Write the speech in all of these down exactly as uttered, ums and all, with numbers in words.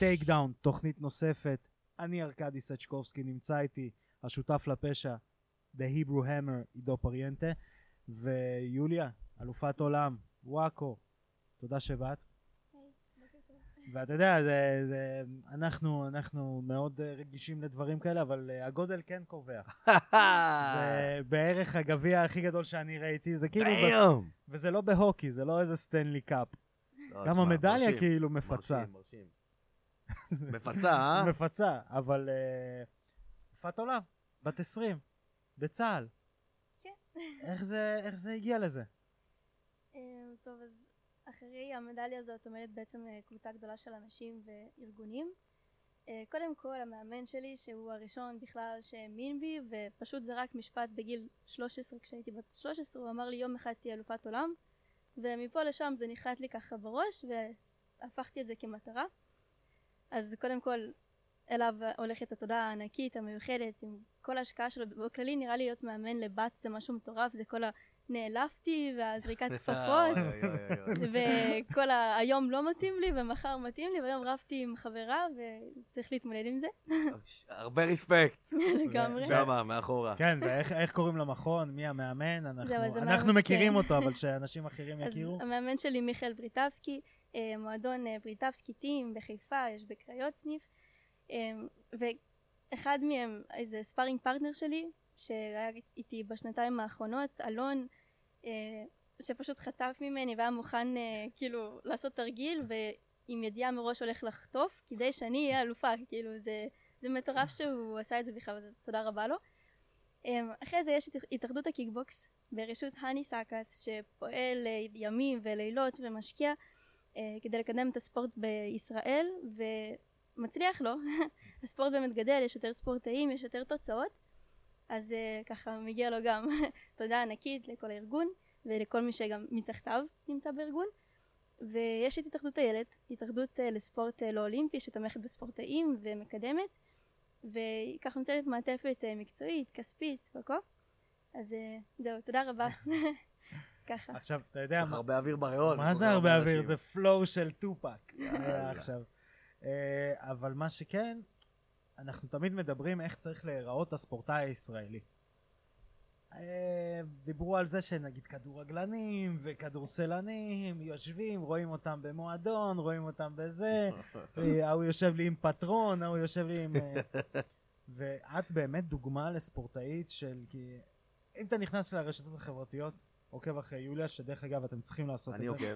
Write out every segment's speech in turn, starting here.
טייק דאון, תוכנית נוספת. אני ארקדי סצ'קובסקי, נמצא איתי השותף לפשע, The Hebrew Hammer, עידו פריאנטה, ויוליה, אלופת עולם, וואקו, תודה שבאת. ואתה יודע, זה, זה, אנחנו, אנחנו מאוד רגישים לדברים כאלה, אבל הגודל כן קובע. זה בערך הגביע הכי גדול שאני ראיתי, זה כאילו, בס... וזה לא בהוקי, זה לא איזה סטנלי קאפ. לא, גם תשמע, המדליה מרשים, כאילו מפצה. מרשים, מרשים. מפצה, אה? מפצה, אבל אלופת עולם, בת עשרים, בצה"ל. כן. איך זה, איך זה הגיע לזה? טוב, אז אחרי המדליה הזאת עומדת בעצם קבוצה גדולה של אנשים וארגונים. קודם כל, המאמן שלי, שהוא הראשון בכלל שהאמין בי, ופשוט זרק משפט בגיל שלוש עשרה, כשהייתי בת שלוש עשרה, הוא אמר לי, יום אחד תהיה אלופת עולם, ומפה לשם זה נחת לי ככה בראש, והפכתי את זה כמטרה. אז קודם כל, אליו הולכת התודה הענקית, המיוחדת, עם כל ההשקעה שלו. בכללי נראה לי להיות מאמן לבת זה משהו מטורף, זה כל ה... נעלפתי והזריקת כפפות וכל היום לא מתאים לי ומחר מתאים לי, והיום רבתי עם חברה וצריך להתמודד עם זה. הרבה ריספקט. לגמרי. שמה, מאחורה. כן, ואיך קוראים למכון? מי המאמן? אנחנו מכירים אותו, אבל שאנשים אחרים יכירו. המאמן שלי מיכאל בריטבסקי, מועדון בריטבסקי טים בחיפה, יש בקריות סניף, ואחד מהם, איזה ספארינג פרטנר שלי, שהיה איתי בשנתיים האחרונות, אלון, שפשוט חטף ממני והיה מוכן כאילו לעשות תרגיל ועם ידיעה מראש הולך לחטוף כדי שאני אהיה אלופה, כאילו זה, זה מטורף שהוא עשה את זה בכלל, תודה רבה לו. אחרי זה יש את התאחדות הקיקבוקס ברשות הני סאקס, שפועל ימים ולילות ומשקיע כדי לקדם את הספורט בישראל, ומצליח לו. הספורט באמת גדל, יש יותר ספורטאים, יש יותר תוצאות, אז uh, ככה מגיע לו גם תודה ענקית לכל הארגון ולכל מי שגם מתחתיו נמצא בארגון. ויש את התאחדות הילד, התאחדות uh, לספורט uh, לא אולימפי שתומכת בספורטאים ומקדמת, וככה נוצרת מעטפת uh, מקצועית, כספית וכה. אז uh, זהו, תודה רבה. ככה. עכשיו, אתה יודע מה? הרבה אוויר בריאות. מה זה הרבה אוויר? זה פלואו של טופק. עכשיו. אבל מה שכן, אנחנו תמיד מדברים איך צריך להיראות הספורטאי הישראלי. דיברו על זה שנגיד כדורגלנים וכדורסלנים יושבים, רואים אותם במועדון, רואים אותם בזה, הוא יושב לי עם פטרון, הוא יושב לי עם... ואת באמת דוגמה לספורטאית של... אם אתה נכנס לרשתות החברתיות, עוקב אחרי יוליה, שדרך אגב אתם צריכים לעשות את זה. אני עוקב.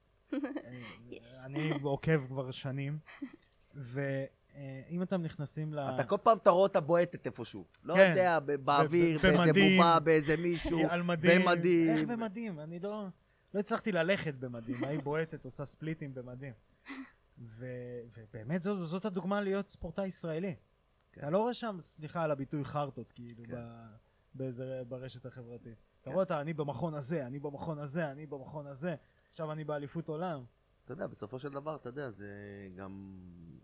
אני עוקב כבר שנים, ו... אם אתם נכנסים ל... אתה כל פעם תראה אותה בועטת איפשהו. לא יודע, באוויר, באיזה בובה, באיזה מישהו, במדים. איך במדים? אני לא הצלחתי ללכת במדים. היא בועטת, עושה ספליטים במדים. ובאמת זאת הדוגמה להיות ספורטאי ישראלי. אתה לא רואה שם, סליחה על הביטוי חרטות, כאילו, ברשת החברתית. אתה רואה אותה, אני במכון הזה, אני במכון הזה, אני במכון הזה. עכשיו אני באליפות עולם. אתה יודע, בסופו של דבר, אתה יודע, זה גם...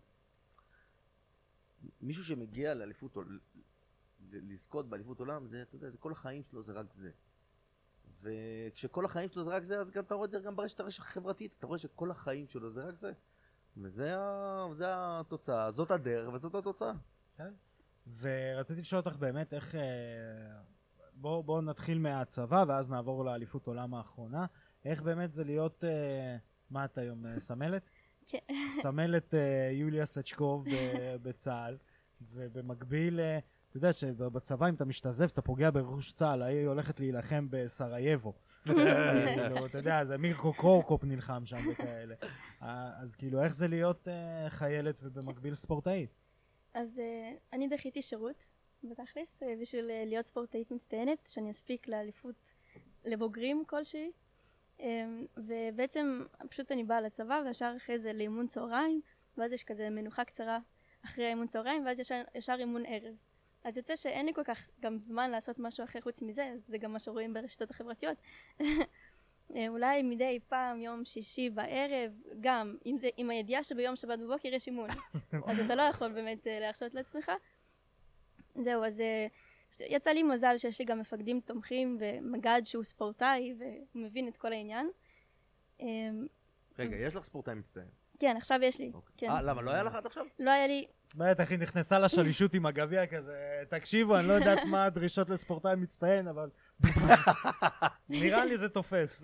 מישהו שמגיע לאליפות, לזכות באליפות עולם, זה, אתה יודע, זה כל החיים שלו, זה רק זה. וכשכל החיים שלו זה רק זה, אז גם אתה רואה את זה גם ברשת הרשת החברתית, אתה רואה שכל החיים שלו זה רק זה. וזה זה התוצאה, זאת הדרך וזאת התוצאה. כן. ורציתי לשאול אותך באמת איך, בואו בוא נתחיל מהצבא ואז נעבור לאליפות עולם האחרונה. איך באמת זה להיות, מה את היום, סמלת? סמלת יוליה סצ'קוב בצה"ל, ובמקביל, אתה יודע שבצבא אם אתה משתזף אתה פוגע ברכוש צה"ל, היא הולכת להילחם בסרייבו. אתה יודע, זה מירקו קרוקופ נלחם שם וכאלה. אז כאילו, איך זה להיות חיילת ובמקביל ספורטאית? אז אני דחיתי שירות בתכלס, בשביל להיות ספורטאית מצטיינת, שאני אספיק לאליפות לבוגרים כלשהי. ובעצם פשוט אני באה לצבא וישר אחרי זה לאימון צהריים, ואז יש כזה מנוחה קצרה אחרי אימון צהריים, ואז ישר, ישר אימון ערב. אז יוצא שאין לי כל כך גם זמן לעשות משהו אחר חוץ מזה, זה גם מה שרואים ברשתות החברתיות. אולי מדי פעם יום שישי בערב, גם עם, זה, עם הידיעה שביום שבת בבוקר יש אימון, אז אתה לא יכול באמת להרשות לעצמך. זהו, אז... יצא לי מזל שיש לי גם מפקדים תומכים ומגד שהוא ספורטאי והוא מבין את כל העניין. רגע, יש לך ספורטאי מצטיין? כן, עכשיו יש לי. אוקיי. כן. אה, למה? לא היה לך עד עכשיו? לא היה לי, בטח היא נכנסה לשלישות עם הגביע כזה, תקשיבו, אני לא יודעת מה הדרישות לספורטאי מצטיין, אבל נראה לי זה תופס.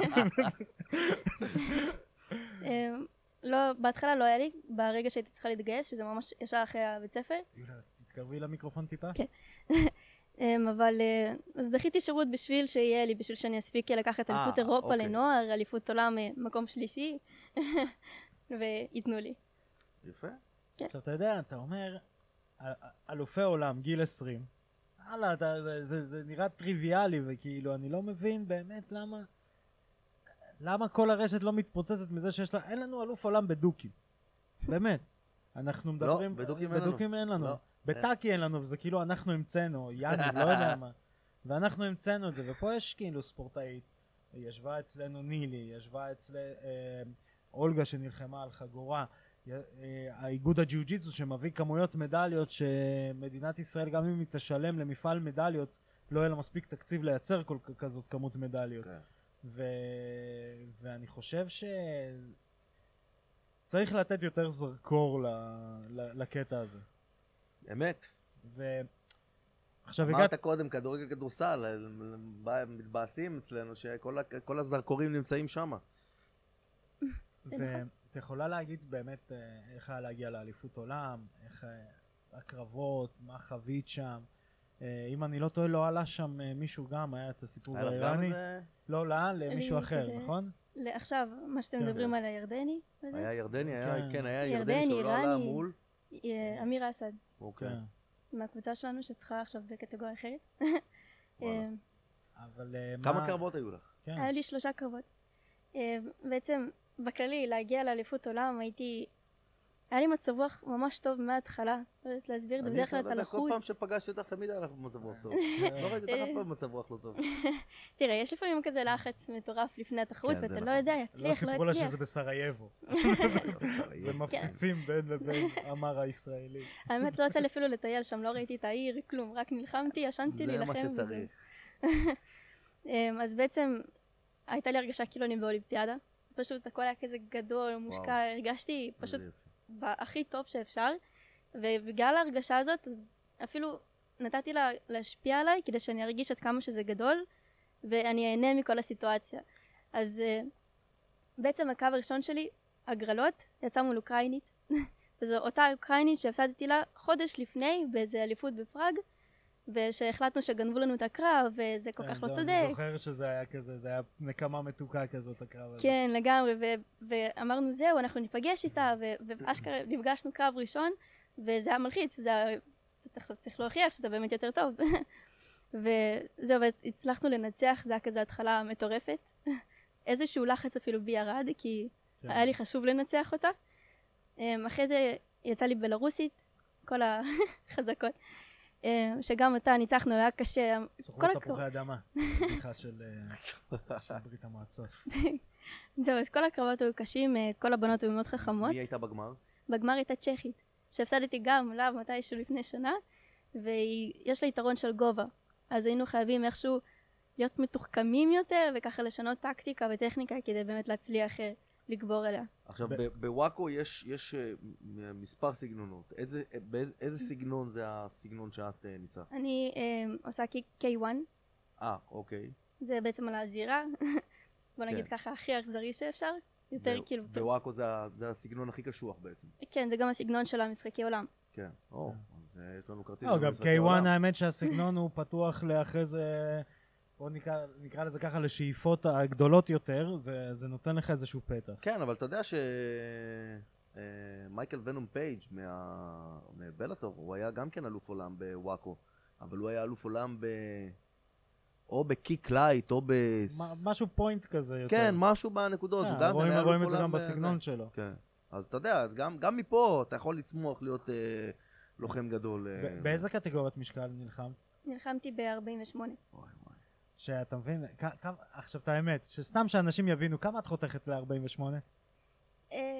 אמ, לא, בהתחלה לא היה לי, ברגע שהייתי צריכה להתגייס, שזה ממש ישר אחרי הבית ספר. יוליה, תתקרבי למיקרופון טיפה. כן. אמ, אבל אה, אז דחיתי שירות בשביל שיהיה לי, בשביל שאני אספיק לקחת אה, אליפות אירופה אוקיי. לנוער, אליפות עולם אה, מקום שלישי, וייתנו לי. יפה. עכשיו אתה יודע, אתה אומר, א- א- אלופי עולם, גיל עשרים, הלאה, אתה- זה- זה זה נראה טריוויאלי, וכאילו, אני לא מבין באמת למה, למה כל הרשת לא מתפוצצת מזה שיש לה, אין לנו אלוף עולם בדוקים. באמת. אנחנו מדברים... בדוקים אין לנו. בדוקים אין לנו. לא. בטאקי אין לנו, וזה כאילו אנחנו המצאנו, יאני, לא יודע מה. ואנחנו המצאנו את זה, ופה יש כאילו ספורטאית. ישבה אצלנו נילי, ישבה אצל אה, אולגה שנלחמה על חגורה. י- אה, האיגוד הג'יוג'יצו שמביא כמויות מדליות שמדינת ישראל גם אם היא תשלם למפעל מדליות לא יהיה לה מספיק תקציב לייצר כל כ- כזאת כמות מדליות. כן. ו... ואני חושב ש... צריך לתת יותר זרקור ל... ל... לקטע הזה. אמת. ו... עכשיו אמרת הגעת... קודם כדורגל כדורסל, בא- מתבאסים אצלנו שכל ה- כל הזרקורים נמצאים שם. ואת יכולה להגיד באמת אה, איך היה להגיע לאליפות עולם, איך אה, הקרבות, מה חווית שם. אה, אם אני לא טועה לא עלה שם אה, מישהו גם, היה את הסיפור היה לך גם האיראני. איזה- לא, לא, למישהו אני אחר, כזה- נכון? עכשיו, מה שאתם כן. מדברים על הירדני, וזה? היה ירדני, היה, כן. כן, היה ירדני, ירדני שהוא לא עלה איראני. מול. אה, אמיר אסד, אוקיי. כן. מהקבוצה שלנו, שצריכה עכשיו בקטגוריה אחרת. וואלה. אה, אבל אה, כמה מה... קרבות היו לך? כן. היו לי שלושה קרבות. אה, בעצם, בכללי, להגיע לאליפות עולם, הייתי... היה לי מצב רוח ממש טוב מההתחלה. לא יודעת להסביר את זה, אני בדרך כלל אתה אתה יודע, כל לחוץ. פעם שפגשתי אותך תמיד היה לך במצב רוח טוב. כן. לא ראיתי אותך אף פעם במצב רוח לא טוב. תראה, יש לפעמים כזה לחץ מטורף לפני התחרות, כן, זה ואתה לא נכון. יודע, לא יצליח, לא סיפרו לה יצליח. שזה בסרייבו. ומפציצים בין לבין אמר הישראלי. האמת, לא יצא לי אפילו לטייל שם, לא ראיתי את העיר, כלום, רק נלחמתי, ישנתי זה להילחם. מה וזהו. שצריך. אמ, אז בעצם הייתה לי הרגשה כאילו אני באולימפיאדה. פשוט הכל היה כזה גדול, מושקע, הרגשתי פשוט איזה יופי. הכי טוב שאפשר. ובגלל ההרגשה הזאת, אז אפילו נתתי לה להשפיע עליי כדי שאני ארגיש עד כמה שזה גדול, ואני אהנה מכל הסיטואציה. אז uh, בעצם הקו הראשון שלי, הגרלות, יצא מול אוקראינית. וזו אותה אוקראינית שהפסדתי לה חודש לפני באיזה אליפות בפראג, ושהחלטנו שגנבו לנו את הקרב, וזה כל כך לא כן, צודק. אני זוכר שזה היה כזה, זה היה נקמה מתוקה כזאת הקרב הזה. כן, לגמרי, ו- ואמרנו זהו, אנחנו ניפגש איתה, ו- ואשכרה נפגשנו קרב ראשון, וזה היה מלחיץ, זה היה, אתה עכשיו צריך להוכיח שאתה באמת יותר טוב. וזהו, והצלחנו לנצח, זה היה כזה התחלה מטורפת. איזשהו לחץ אפילו בי ירד, כי כן. היה לי חשוב לנצח אותה. אמ, אחרי זה יצא לי בלרוסית, כל החזקות, אמ, שגם אותה ניצחנו, היה קשה. סוכנות כל תפוחי הקרב- אדמה, בדיחה של אה, של ברית המועצות. זהו, אז כל הקרבות היו קשים, אה, כל הבנות היו מאוד חכמות. מי הייתה בגמר? בגמר הייתה צ'כית, שהפסדתי גם לה מתישהו לפני שנה, ויש לה יתרון של גובה. אז היינו חייבים איכשהו להיות מתוחכמים יותר, וככה לשנות טקטיקה וטכניקה כדי באמת להצליח אה, לגבור עליה. עכשיו, ב- ב- בוואקו יש יש, אה, מ- מספר סגנונות. איזה- באיזה- איזה סגנון זה הסגנון שאת אה, ניצחת? אני אה, עושה קיי וואן, אה, אוקיי. זה בעצם על הזירה, בוא נגיד כן. ככה הכי אכזרי שאפשר, יותר ב- כאילו, בוואקו זה ה- זה הסגנון הכי קשוח בעצם. כן, זה גם הסגנון של המשחקי עולם. כן. או, אז אה, יש לנו כרטיס. לא, גם למשחקי קיי וואן העולם. האמת שהסגנון הוא פתוח לאחרי זה, בוא נקרא, נקרא לזה ככה, לשאיפות הגדולות יותר, זה, זה נותן לך איזשהו פתח. כן, אבל אתה יודע שמייקל ונום פייג' מה- מבלאטור, הוא היה גם כן אלוף עולם בוואקו, אבל הוא היה אלוף עולם ב... או בקיק לייט, או ב... מה- משהו פוינט כזה יותר. כן, משהו בנקודות. אה, הוא גם רואים, היה אלוף רואים את זה עולם גם בזה. בסגנון שלו. כן. אז אתה יודע, גם, גם מפה אתה יכול לצמוח להיות אה, לוחם גדול. אה, ב- באיזה קטגוריית משקל נלחם? נלחמתי ב-ארבעים ושמונה. וואי, וואי. שאתה מבין, כ- כמה- עכשיו את האמת, שסתם שאנשים יבינו, כמה את חותכת ל-ארבעים ושמונה? אה,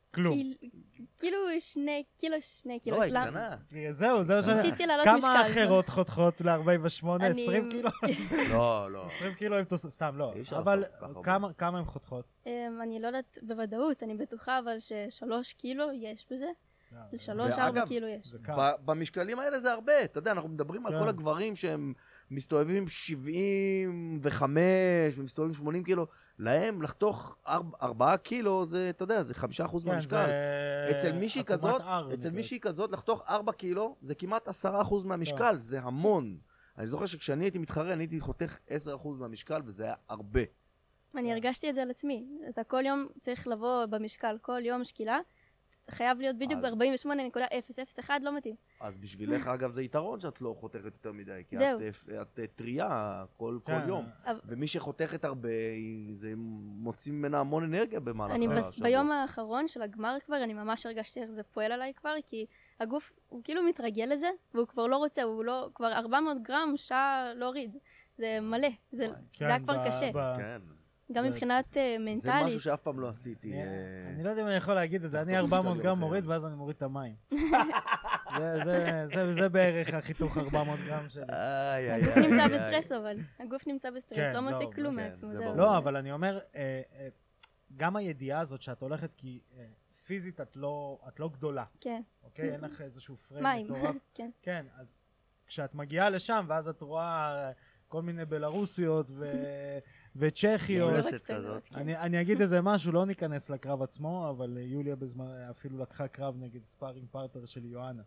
כלום. כאילו שני קילו, שני קילו. לא, היא קטנה. זהו, זהו שאני... ניסיתי לעלות משקל. כמה אחרות חותכות ל-ארבעים ושמונה? אני- עשרים קילו? לא, לא. עשרים קילו הם תוס... סתם, לא. אי אפשר אבל לחתוך ככה כמה- כמה הם חותכות? אמ, אני לא יודעת בוודאות, אני בטוחה אבל ששלוש קילו יש בזה. לשלוש, ואגב, ארבע קילו יש. זה קל. ב- במשקלים האלה זה הרבה, אתה יודע, אנחנו מדברים על כן. כל הגברים שהם מסתובבים שבעים וחמש ומסתובבים שמונים קילו, להם לחתוך ארבע- ארבעה קילו זה, אתה יודע, זה חמישה אחוז כן, מהמשקל. זה אצל מישהי עקומת כזאת, הר, אצל נקראת. מישהי כזאת לחתוך ארבע קילו זה כמעט עשרה אחוז מהמשקל, זה המון. אני זוכר שכשאני הייתי מתחרה, אני הייתי חותך עשרה אחוז מהמשקל וזה היה הרבה. אני הרגשתי את זה על עצמי. אתה כל יום צריך לבוא במשקל, כל יום שקילה. חייב להיות בדיוק אז- ב-ארבעים ושמונה נקודה אפס אפס אחד, לא מתאים. אז בשבילך אגב זה יתרון שאת לא חותכת יותר מדי, כי זהו. את, את, את טריה כל, כל כן. יום. אבל- ומי שחותכת הרבה, היא- זה מוציא ממנה המון אנרגיה במהלך אני השבוע. בס- ביום האחרון של הגמר כבר, אני ממש הרגשתי איך זה פועל עליי כבר, כי הגוף, הוא כאילו מתרגל לזה, והוא כבר לא רוצה, הוא לא, כבר ארבע מאות גרם שעה להוריד. זה מלא, זה זה כן, היה כבר ב- קשה. ב- כן. גם זה- מבחינת אה, זה מנטלית. משהו שאף פעם לא עשיתי. אני- אה, אני לא יודע אם אני יכול להגיד את זה, אני לחתוך ארבע מאות משקל גרם יום מוריד אחר. ואז אני מוריד את המים. זה- זה- זה- זה בערך החיתוך ארבע מאות גרם שלי. איי, איי, הגוף איי, נמצא איי. בסטרס אבל, הגוף נמצא בסטרס, כן, לא מוצא לא, כלום כן, מעצמו, זה זהו. ברור. לא, אבל אני אומר, אה, אה, גם הידיעה הזאת שאת הולכת, כי אה, פיזית את לא את לא גדולה, כן, אוקיי? אין לך איזשהו פריים מים, מטורף. כן. כן, אז כשאת מגיעה לשם, ואז את רואה כל מיני בלרוסיות ו- וצ'כיות. לא יולסת רק שטויות, כזאת. כן. אני, אני אגיד איזה משהו, לא ניכנס לקרב עצמו, אבל אה, יוליה בזמן אפילו לקחה קרב נגד ספארינג פרטנר של יואנה.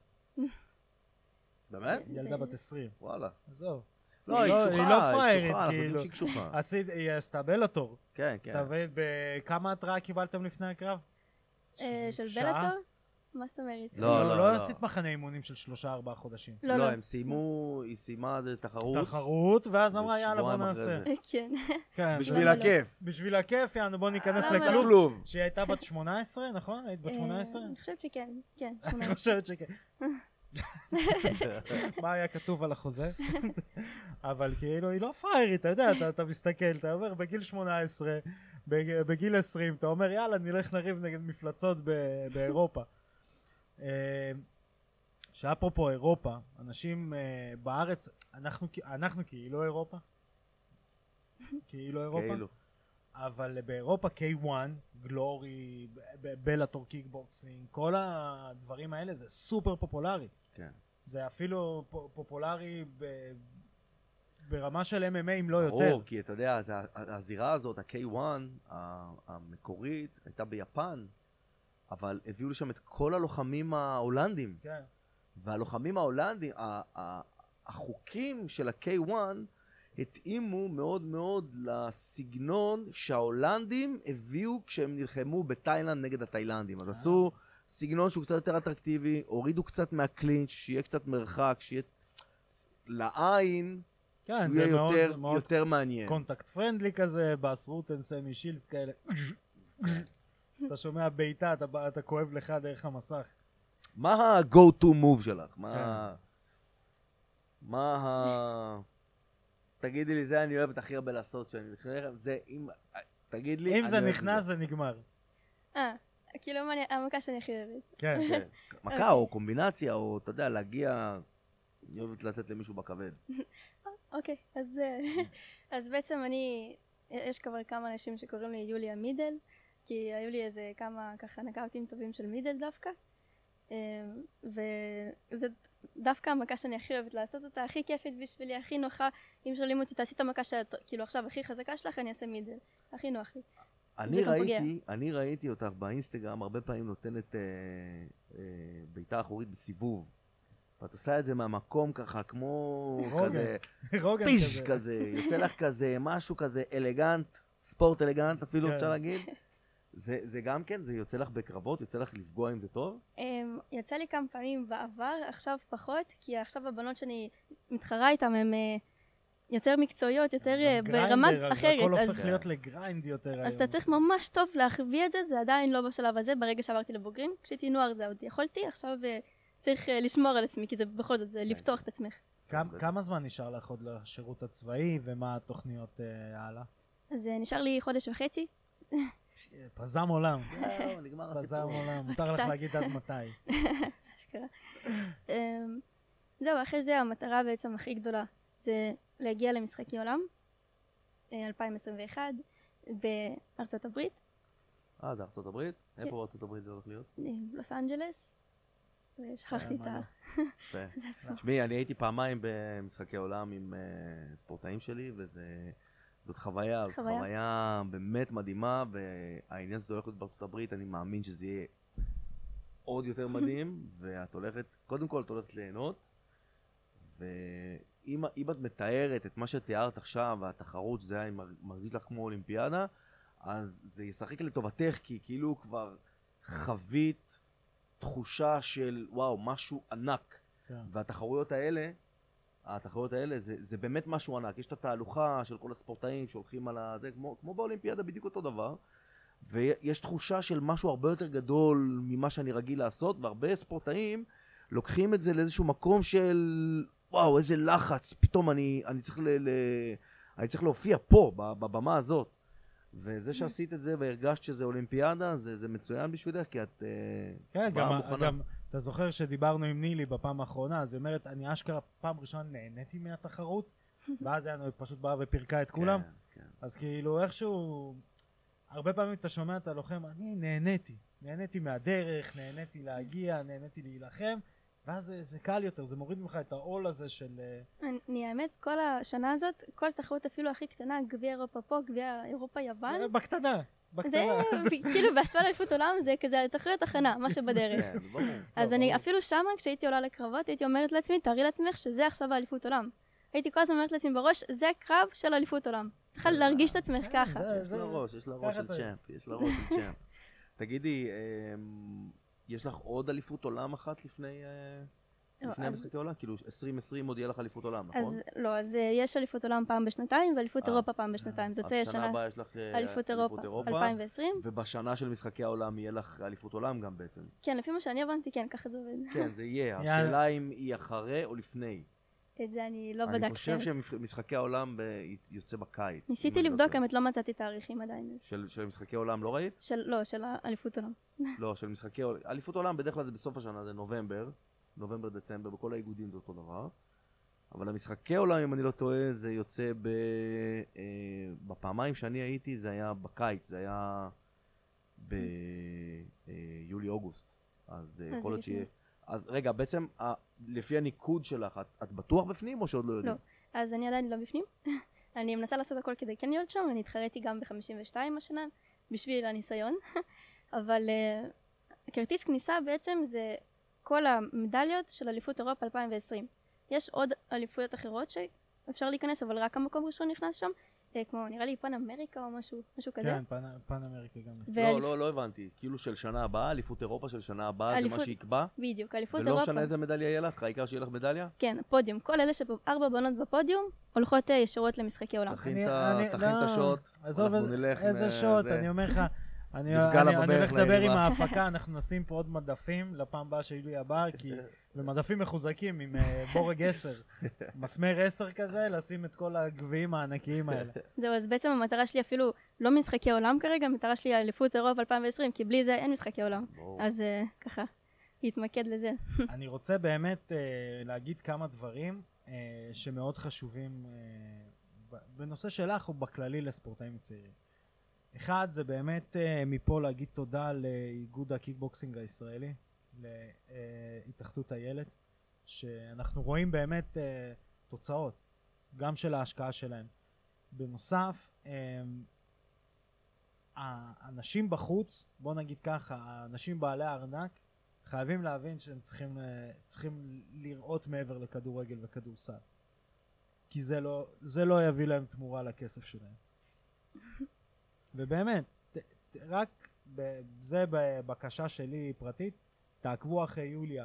באמת? ילדה בת עשרים. וואלה. עזוב. לא, היא לא- קשוחה, היא לא פראיירית, קשוחה, אנחנו כאילו. יודעים שהיא קשוחה. עשית, היא עשתה בלאטור. כן, כן. אתה מבין, בכמה התראה קיבלתם לפני הקרב? אה, של שעה? בלאטור? מה זאת אומרת? לא, לא, לא. לא עשית מחנה אימונים של שלושה ארבעה חודשים. לא, לא, לא. הם סיימו, היא סיימה איזה תחרות. תחרות, ואז אמרה יאללה בוא ושבועיים אחרי נעשה. זה. כן. כן, בשביל למה לא? הכיף. בשביל הכיף, יאללה בוא ניכנס למה לא? לכלוב. כלוב. שהיא הייתה בת שמונה עשרה, נכון? היית בת אה, שמונה עשרה? אני חושבת שכן, כן, אני שמונה עשרה. חושבת שכן. מה היה כתוב על החוזה? אבל כאילו היא לא פריירית, אתה יודע, אתה, אתה מסתכל, אתה אומר בגיל שמונה עשרה, בג, בגיל עשרים, אתה אומר יאללה נלך נריב נגד מפלצות ב, באירופה. אה, שאפרופו אירופה, אנשים אה, בארץ, אנחנו, אנחנו כאילו אירופה, כאילו אירופה, כאילו. אבל באירופה קיי וואן, גלורי, בלאטור קיקבוקסינג, כל הדברים האלה זה סופר פופולרי. כן. זה אפילו פ- פופולרי ב- ברמה של אם אם איי אם לא יותר. ברור, כי אתה יודע, זה ה- הזירה הזאת, ה-קיי וואן, ה- המקורית, הייתה ביפן, אבל הביאו לשם את כל הלוחמים ההולנדים. כן. והלוחמים ההולנדים, ה- ה- החוקים של ה-קיי וואן התאימו מאוד מאוד לסגנון שההולנדים הביאו כשהם נלחמו בתאילנד נגד התאילנדים. אז עשו סגנון שהוא קצת יותר אטרקטיבי, הורידו קצת מהקלינץ', שיהיה קצת מרחק, שיהיה לעין, כן, שהוא זה יהיה מאוד, יותר, מאוד יותר מעניין. קונטקט פרנדלי כזה, באסרוטן, סמי שילס כאלה. אתה שומע בעיטה, אתה, בא- אתה כואב לך דרך המסך. מה ה-go to move שלך? מה... כן. מה ה... תגידי לי, זה אני אוהבת הכי הרבה לעשות שאני נכנס, זה אם... תגיד לי, אם אני זה אוהב את נכנס זה נגמר. אה, כאילו מה אני- המכה שאני הכי אוהבת. כן. כן. מכה או קומבינציה, או אתה יודע, להגיע... אני אוהבת לתת למישהו בכבד. אוקיי, אז, אה, אז בעצם אני, יש כבר כמה אנשים שקוראים לי יוליה מידל, כי היו לי איזה כמה ככה נקאוטים טובים של מידל דווקא, אה, וזה דווקא המכה שאני הכי אוהבת לעשות אותה, הכי כיפית בשבילי, הכי נוחה. אם שואלים אותי, תעשי את המכה שאת כאילו עכשיו הכי חזקה שלך, אני אעשה מידל, הכי נוח לי. אני גם פוגע. ראיתי, אני ראיתי אותך באינסטגרם הרבה פעמים נותנת אה, אה, בעיטה אחורית בסיבוב. ואת עושה את זה מהמקום ככה, כמו רוגן. כזה, רוגן טיש כזה. כזה, יוצא לך כזה, משהו כזה אלגנט, ספורט אלגנט אפילו כן. אפשר להגיד. זה, זה גם כן, זה יוצא לך בקרבות, יוצא לך לפגוע עם זה טוב? Um, יצא לי כמה פעמים בעבר, עכשיו פחות, כי עכשיו הבנות שאני מתחרה איתן הן uh, יותר מקצועיות, יותר uh, ברמה גריינדר, אחרת. הכל אז, הופך להיות לגריינד יותר אז היום. אתה צריך ממש טוב להחביא את זה, זה עדיין לא בשלב הזה, ברגע שעברתי לבוגרים. כשהייתי נוער זה עוד יכולתי, עכשיו uh, צריך uh, לשמור על עצמי, כי זה בכל זאת, זה לפתוח את עצמך. כמה- כמה זמן נשאר לך עוד לשירות הצבאי, ומה התוכניות אה, הלאה? אז uh, נשאר לי חודש וחצי, פזם עולם. זהו, נגמר פזם הסיפור. עולם, מותר לך קצת. להגיד עד מתי. אשכרה. אמ, זהו, אחרי זה המטרה בעצם הכי גדולה זה להגיע למשחקי עולם אה, אלפיים עשרים ואחת בארצות הברית, אה, זה ארצות הברית? איפה בארצות הברית זה הולך להיות? אה, לוס אנג'לס, ושכחתי את מה ה... לא? יפה. זה עצמו. תשמעי, אני הייתי פעמיים במשחקי עולם עם uh, ספורטאים שלי, וזאת חוויה, זאת חוויה. חוויה באמת מדהימה, והעניין שזה הולך להיות בארצות הברית, אני מאמין שזה יהיה עוד יותר מדהים, ואת הולכת, קודם כל את הולכת ליהנות, ואם אם את מתארת את מה שתיארת עכשיו, והתחרות שזה היה מרגיש לך כמו אולימפיאדה, אז זה ישחק לטובתך, כי כאילו כבר חווית תחושה של וואו, משהו ענק. כן. והתחרויות האלה, התחרויות האלה זה, זה באמת משהו ענק. יש את התהלוכה של כל הספורטאים שהולכים על זה, כמו, כמו באולימפיאדה בדיוק אותו דבר. ויש תחושה של משהו הרבה יותר גדול ממה שאני רגיל לעשות, והרבה ספורטאים לוקחים את זה לאיזשהו מקום של וואו, איזה לחץ, פתאום אני, אני צריך ל, ל, אני צריך להופיע פה, בבמה הזאת. וזה שעשית את זה והרגשת שזה אולימפיאדה, זה, זה מצוין בשבילך, כי את כן, באה גם, מוכנה. גם, אתה זוכר שדיברנו עם נילי בפעם האחרונה, אז היא אומרת, אני אשכרה פעם ראשונה נהניתי מהתחרות, ואז היא פשוט באה ופירקה את כולם. כן, כן. אז כאילו איכשהו, הרבה פעמים אתה שומע את הלוחם, אני נהניתי, נהניתי מהדרך, נהניתי להגיע, נהניתי להילחם, ואז זה, זה קל יותר, זה מוריד ממך את העול הזה של... אני האמת, כל השנה הזאת, כל תחרות אפילו הכי קטנה, גביע אירופה פה, גביע אירופה יוון, בקטנה, זה בקטנה. כאילו בהשוואה לאליפות עולם זה כזה תחרויות הכנה, מה שבדרך. כן, ברור. אז לא, אני ברור. אפילו שמה כשהייתי עולה לקרבות הייתי אומרת לעצמי, תארי לעצמך שזה עכשיו האליפות עולם. הייתי כל הזמן אומרת לעצמי בראש, זה קרב של אליפות עולם. צריכה להרגיש את עצמך כן, ככה. זה- יש לה ראש, יש לה ראש ככה של צריך. צ'אמפ, יש לה ראש של צ'אמפ. תגידי, אמ, יש לך עוד אליפות עולם אחת לפני אה, לא, לפני אז- המשחקי עולם? כאילו עשרים עשרים עוד יהיה לך אליפות עולם, נכון? אז לא, אז אה, יש אליפות עולם פעם בשנתיים ואליפות אה, אירופה פעם בשנתיים. זאת אז אומרת, שנה שנה הבאה יש לך אה, אליפות אירופה אלפיים ועשרים. ובשנה של משחקי העולם יהיה לך אליפות עולם גם בעצם. כן, לפי מה שאני הבנתי, כן, ככה זה עובד. כן, זה יהיה. יאללה. השאלה אם היא אחרי או לפני. את זה אני לא אני בדקתי. חושב שמשחקי העולם ב- יוצא בקיץ. אם ניסיתי אני לא לבדוק, טועה. האמת לא מצאתי תאריכים עדיין. אז- של של משחקי עולם לא ראית? של, לא, של האליפות עולם. לא, של משחקי עולם. אליפות עולם בדרך כלל זה בסוף השנה, זה נובמבר. נובמבר, דצמבר, בכל האיגודים זה אותו דבר. אבל המשחקי עולם, אם אני לא טועה, זה יוצא ב... אה, בפעמיים שאני הייתי, זה היה בקיץ, זה היה ביולי-אוגוסט. אז אה, אז יכול להיות לפני. שיהיה... אז רגע, בעצם, ה- לפי הניקוד שלך, את, את בטוח בפנים או שעוד לא יודעים? לא. אז אני עדיין לא בפנים. אני מנסה לעשות הכל כדי כן להיות שם, אני התחרתי גם ב-חמישים ושתיים השנה, בשביל הניסיון. אבל uh, כרטיס כניסה בעצם זה כל המדליות של אליפות אירופה אלפיים ועשרים. יש עוד אליפויות אחרות שאפשר להיכנס, אבל רק המקום ראשון נכנס שם, אה, כמו נראה לי פן אמריקה או משהו, משהו כזה. כן, פן- פן אמריקה גם. לא, לא, לא הבנתי. כאילו של שנה הבאה, אליפות אירופה של שנה הבאה, זה אליפות- מה שיקבע? בדיוק, אליפות ולא אירופה. משנה איזה מדליה יהיה לך, העיקר שיהיה לך מדליה? כן, פודיום. כל אלה שארבע בנות בפודיום הולכות אה, ישירות למשחקי עולם. תכין אני- את ה- אני- תכין את לא, השוט, עזוב אנחנו איזה- נלך איזה מ- שוט, זה. אני אומר לך, אני נפגע אני- לה אני בברך הולך לדבר עם לאמא. ההפקה, אנחנו נשים פה עוד מדפים לפעם הבאה שיוליה הבאה, כי ומדפים מחוזקים עם אה, בורג עשר, מסמר עשר כזה, לשים את כל הגביעים הענקיים האלה. זהו, אז בעצם המטרה שלי אפילו לא משחקי עולם כרגע, המטרה שלי היא אליפות אירופה אלפיים ועשרים, כי בלי זה אין משחקי עולם. ברור. אז אה, ככה, להתמקד לזה. אני רוצה באמת אה, להגיד כמה דברים אה, שמאוד חשובים אה, ב- בנושא שלך ובכללי לספורטאים צעירים. אחד זה באמת אה, מפה להגיד תודה לאיגוד הקיקבוקסינג הישראלי, להתאחדות הילד, שאנחנו רואים באמת אה, תוצאות, גם של ההשקעה שלהם. בנוסף, אה, האנשים בחוץ, בוא נגיד ככה, האנשים בעלי הארנק, חייבים להבין שהם צריכים, אה, צריכים לראות מעבר לכדורגל וכדורסל. כי זה לא, זה לא יביא להם תמורה לכסף שלהם. ובאמת, ת, ת, רק ב, זה בבקשה שלי פרטית, תעקבו אחרי יוליה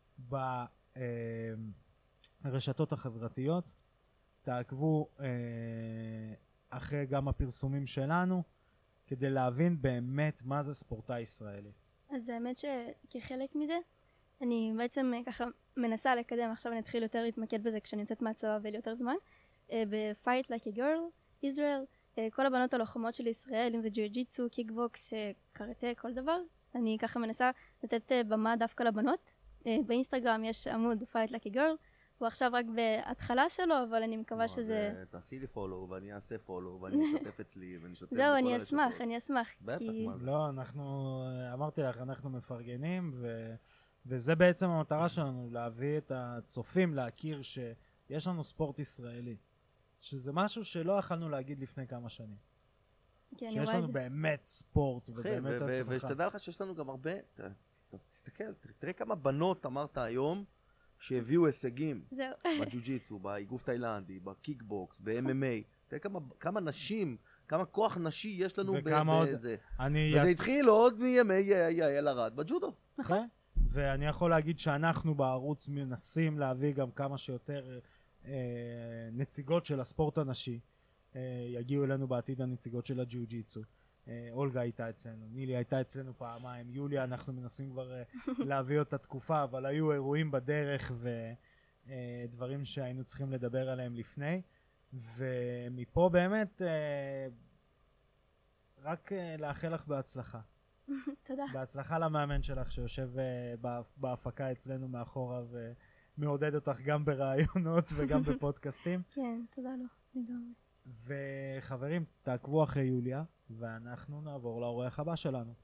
ברשתות החברתיות, תעקבו אה, אחרי גם הפרסומים שלנו, כדי להבין באמת מה זה ספורטאי ישראלי. אז האמת שכחלק מזה, אני בעצם אה, ככה מנסה לקדם, עכשיו אני אתחיל יותר להתמקד בזה כשאני יוצאת מהצבא ויהיה לי יותר זמן, אה, ב-Fight Like a Girl, Israel, אה, כל הבנות הלוחמות של ישראל, אם זה ג'יוג'יצו, קיקבוקס, אה, קראטה, כל דבר. אני ככה מנסה לתת אה, במה דווקא לבנות. אה, באינסטגרם יש עמוד Fight Like a Girl, הוא עכשיו רק בהתחלה שלו, אבל אני מקווה שזה... תעשי לי פולו ואני אעשה פולו ואני אשתף אצלי ואני אשתף בכל זהו, הרשתות. אני אשמח, אני אשמח. בטח, כי- מה זה. לא, אנחנו, אמרתי לך, אנחנו מפרגנים, ו, וזה בעצם המטרה שלנו, להביא את הצופים להכיר שיש לנו ספורט ישראלי. שזה משהו שלא יכלנו להגיד לפני כמה שנים. כי אני שיש רואה את לנו זה. באמת ספורט אחי, ובאמת ו- ו- הצלחה. ושתדע לך שיש לנו גם הרבה, ת- ת- תסתכל, ת- תראה כמה בנות אמרת היום שהביאו הישגים זהו. בג'ו-ג'יצו, באיגוף תאילנדי, בקיקבוקס, ב-אם אם איי. תראה כמה, כמה נשים, כמה כוח נשי יש לנו וכמה עוד- בזה. אני וזה יס- התחיל עוד מימי יעל ארד בג'ודו. נכון. ואני יכול להגיד שאנחנו בערוץ מנסים להביא גם כמה שיותר אה, נציגות של הספורט הנשי. אה, יגיעו אלינו בעתיד הנציגות של הג'יוג'יצו. אה, אולגה הייתה אצלנו, נילי הייתה אצלנו פעמיים, יוליה אנחנו מנסים כבר אה, להביא אותה תקופה, אבל היו אירועים בדרך ודברים שהיינו צריכים לדבר עליהם לפני. ומפה באמת אה, רק אה, לאחל לך בהצלחה. תודה. בהצלחה למאמן שלך שיושב uh, בה- בהפקה אצלנו מאחורה ומעודד אותך גם ברעיונות וגם בפודקאסטים. כן, תודה לו. לגמרי. וחברים, תעקבו אחרי יוליה ואנחנו נעבור לאורח הבא שלנו.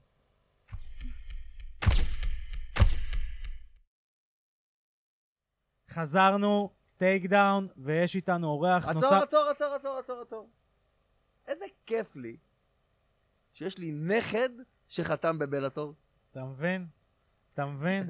חזרנו, טייק דאון, ויש איתנו אורח עצור, נוסף. עצור, עצור, עצור, עצור, עצור. איזה כיף לי שיש לי נכד שחתם בבלאטור. אתה מבין? אתה מבין?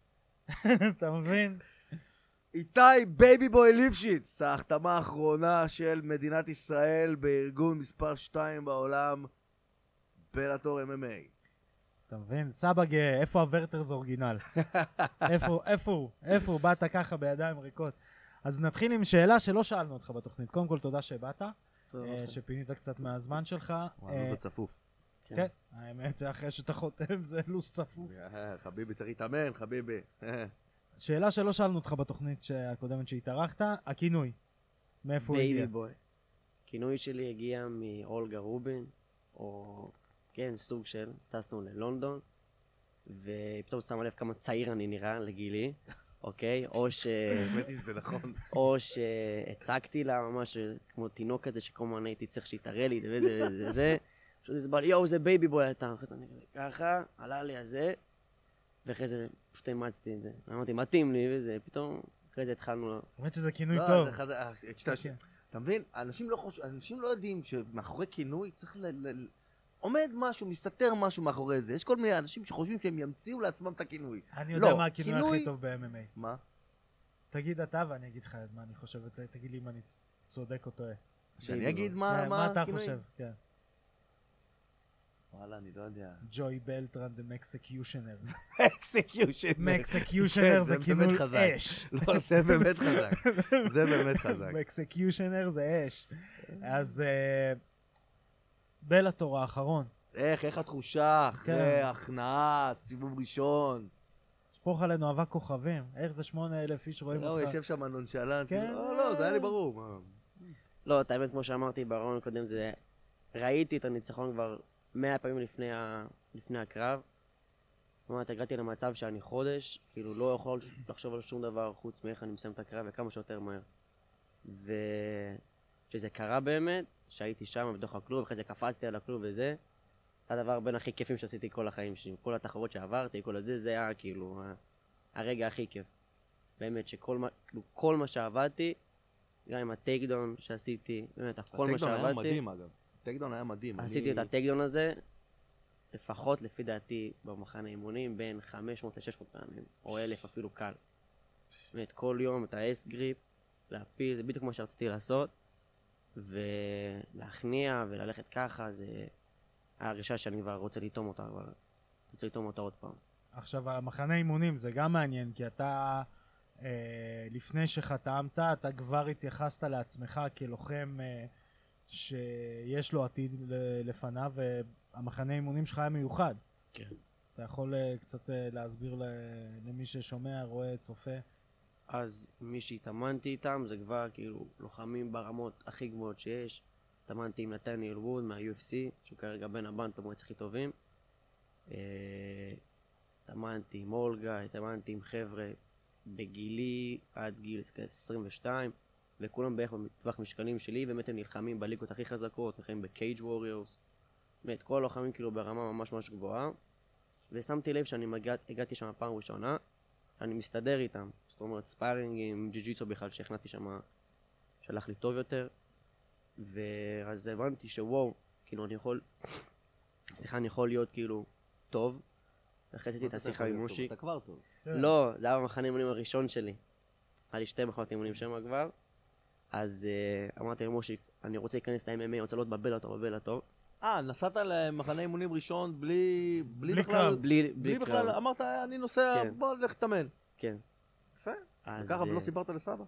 אתה מבין? איתי בייבי בוי ליפשיץ, ההחתמה האחרונה של מדינת ישראל בארגון מספר שתיים בעולם, בלאטור אם אם איי. אתה מבין? סבא גאה, איפה הוורטרס אורגינל? איפה, איפה הוא? איפה הוא? באת ככה בידיים ריקות. אז נתחיל עם שאלה שלא שאלנו אותך בתוכנית. קודם כל תודה שבאת, אה, שפינית קצת מהזמן שלך. אה, זה צפוף. כן, האמת שאחרי שאתה חותם זה לוס צפוף. חביבי צריך להתאמן, חביבי. שאלה שלא שאלנו אותך בתוכנית הקודמת שהתארחת, הכינוי. מאיפה הוא הגיע? בייבי בוי. הכינוי שלי הגיע מאולגה רובין, או כן, סוג של, טסנו ללונדון, ופתאום שמה לב כמה צעיר אני נראה לגילי, אוקיי? או ש... האמת היא שזה נכון. או שהצגתי לה ממש כמו תינוק כזה שכל הזמן הייתי צריך שיתראה לי וזה וזה וזה. פשוט הסבר לי, יואו, זה בייבי בוי אתה. אחרי זה אני כזה ככה, עלה לי הזה, ואחרי זה פשוט אימצתי את זה. אמרתי, מתאים לי וזה, פתאום אחרי זה התחלנו... האמת שזה כינוי לא, טוב. זה חד- אה, כשאתה- כן. אתה מבין? אנשים לא חוש- אנשים לא יודעים שמאחורי כינוי צריך ל... ל- עומד משהו, מסתתר משהו מאחורי זה. יש כל מיני אנשים שחושבים שהם ימציאו לעצמם את הכינוי. אני יודע לא, מה הכינוי כינוי- הכי טוב ב-אם אם איי. מה? תגיד אתה ואני אגיד לך מה אני חושב, ות- תגיד לי אם אני צ- צודק או טועה. שאני אגיד כן, מה מה מה אתה הכינוי? חושב? כן. וואלה, אני לא יודע. ג'וי בלטרן דה מקסקיושנר. אקסקיושן. מקסקיושנר זה כינוי חזק. אש. לא, זה באמת חזק. זה באמת חזק. מקסקיושנר זה אש. אז אה, בלאטור האחרון. איך, איך התחושה אחרי כן. הכנעה, סיבוב ראשון? שפוך עלינו אבק כוכבים. איך זה שמונה אלף איש רואים הוא אותך? יושב שם נונשלנט. כן. כאילו, לא, לא, זה היה לי ברור. מה? לא, את האמת, כמו שאמרתי ברעיון הקודם, זה... ראיתי את הניצחון כבר מאה פעמים לפני, ה... לפני הקרב. זאת אומרת, הגעתי למצב שאני חודש, כאילו לא יכול לחשוב על שום דבר חוץ מאיך אני מסיים את הקרב וכמה שיותר מהר. וכשזה קרה באמת, שהייתי שם בתוך הכלוב, אחרי זה קפצתי על הכלוב וזה, זה הדבר בין הכי כיפים שעשיתי כל החיים שלי. כל התחרות שעברתי, כל הזה, זה היה כאילו ה- הרגע הכי כיף. באמת, שכל מה, כאילו, כל מה שעבדתי, גם עם הטייקדאון שעשיתי, באמת, כל מה הטקדון היה שעבדתי, מדהים, אגב. הטקדון היה מדהים. עשיתי את אני- הטייקדאון הזה, לפחות לפי דעתי במחנה אימונים, בין חמש מאות ל-שש מאות פעמים, או אלף אפילו קל. באמת, כל יום את האס גריפ, להפיל, זה בדיוק מה שרציתי לעשות, ולהכניע וללכת ככה, זה ההרגשה שאני כבר רוצה לטעום אותה, כבר רוצה לטעום אותה עוד פעם. עכשיו, המחנה אימונים זה גם מעניין, כי אתה, אה, לפני שחתמת, אתה כבר התייחסת לעצמך כלוחם אה, שיש לו עתיד ל- לפניו, והמחנה אימונים שלך היה מיוחד. כן. אתה יכול אה, קצת אה, להסביר ל- למי ששומע, רואה, צופה? אז מי שהתאמנתי איתם זה כבר כאילו לוחמים ברמות הכי גבוהות שיש. התאמנתי עם נתניאל ווד מה-יו אף סי, שהוא כרגע בין הבנטמווייטס הכי טובים. התאמנתי עם אולגה, התאמנתי עם חבר'ה בגילי עד גיל עשרים ושתיים, וכולם בערך בטווח משקלים שלי, באמת הם נלחמים בליגות הכי חזקות, נלחמים בקייג' ווריורס, באמת כל הלוחמים כאילו ברמה ממש ממש גבוהה, ושמתי לב שאני מגיע, הגעתי שם פעם ראשונה, אני מסתדר איתם, זאת אומרת ספארינג עם ג'י-ג'יצו בכלל שהכנתי שם, שלח לי טוב יותר, ואז הבנתי שוואו, כאילו אני יכול, סליחה, אני יכול להיות כאילו טוב, ואחרי שעשיתי את השיחה עם מושי. אתה כבר טוב. לא, זה היה במחנה אימונים הראשון שלי. היה לי שתי מחנות אימונים שם כבר. אז אמרתי למושי, אני רוצה להיכנס ל-אם אם איי, אני רוצה להיות בבלאטור, בבלאטור. אה, נסעת למחנה אימונים ראשון בלי... בלי בכלל... קרב. בלי בלי בכלל, קרב. אמרת, אני נוסע, כן. בוא נלך לתאמן. כן. יפה. אז, וככה, אה, ולא סיפרת לסבא?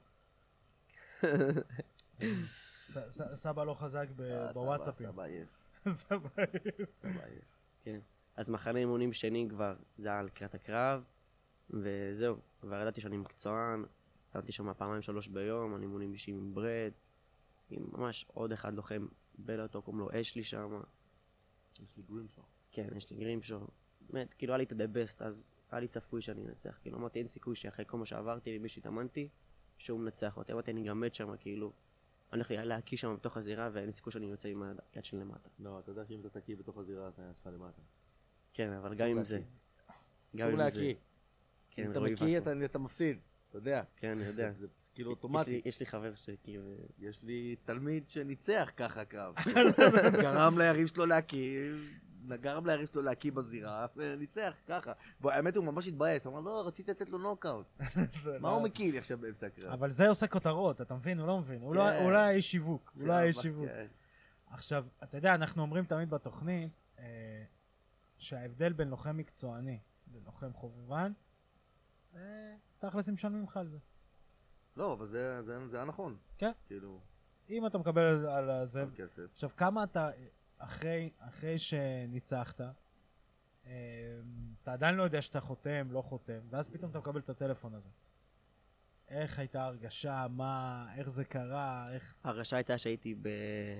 ס- ס- סבא לא חזק ב- אה, בוואטסאפים. סבא עייף. סבא. סבא עייף. כן. אז מחנה אימונים שני כבר, זה היה לקראת הקרב, וזהו. כבר ידעתי שאני מקצוען, ידעתי שם פעמיים שלוש ביום, אני אימונים אישיים עם ברד, עם ממש עוד אחד לוחם בלאטור, קוראים לו אשלי שם. יש לי גרימשו. כן, יש לי גרימשו. באמת, כאילו היה לי את ה-the best, אז היה לי צפוי שאני אנצח. כאילו אמרתי, אין סיכוי שאחרי כל מה שעברתי ומי שהתאמנתי, שהוא מנצח אותי. אמרתי, אני גם מת שם, כאילו, אני הולך להקיא שם בתוך הזירה, ואין סיכוי שאני יוצא עם היד שלי למטה. לא, אתה יודע שאם אתה תקיא בתוך הזירה, אתה יד שלך למטה. כן, אבל גם עם זה. גם אסור עם זה. להקיא. כן, אם אתה רועי מקיא, וסלו. אתה- אתה מפסיד. אתה יודע. כן, אני יודע. זה כאילו יש אוטומטי. לי- יש לי חבר שכאיא ו... יש לי תלמיד שניצח ככה קרב. גרם ליריב שלו להקיא, גרם ליריב שלו להקיא בזירה, וניצח ככה. בוא, האמת הוא ממש התבאס, אמר, לא, רציתי לתת לו נוקאוט. מה הוא מקיא לי עכשיו באמצע הקרב? אבל זה עושה כותרות, אתה מבין? הוא לא מבין. הוא לא- כן. הוא לא היה איש שיווק. הוא לא היה איש כן, שיווק. כן. עכשיו, אתה יודע, אנחנו אומרים תמיד בתוכנית אה, שההבדל בין לוחם מקצועני ללוחם חובבן, אה, תכלס הם משלמים לך על זה. לא, אבל זה- זה זה היה נכון. כן. כאילו, אם אתה מקבל על- על זה... על כסף. עכשיו, כמה אתה, אחרי, אחרי שניצחת, אה, אתה עדיין לא יודע שאתה חותם, לא חותם, ואז פתאום אתה מקבל את הטלפון הזה. איך הייתה הרגשה, מה, איך זה קרה, איך... ההרגשה הייתה שהייתי ב...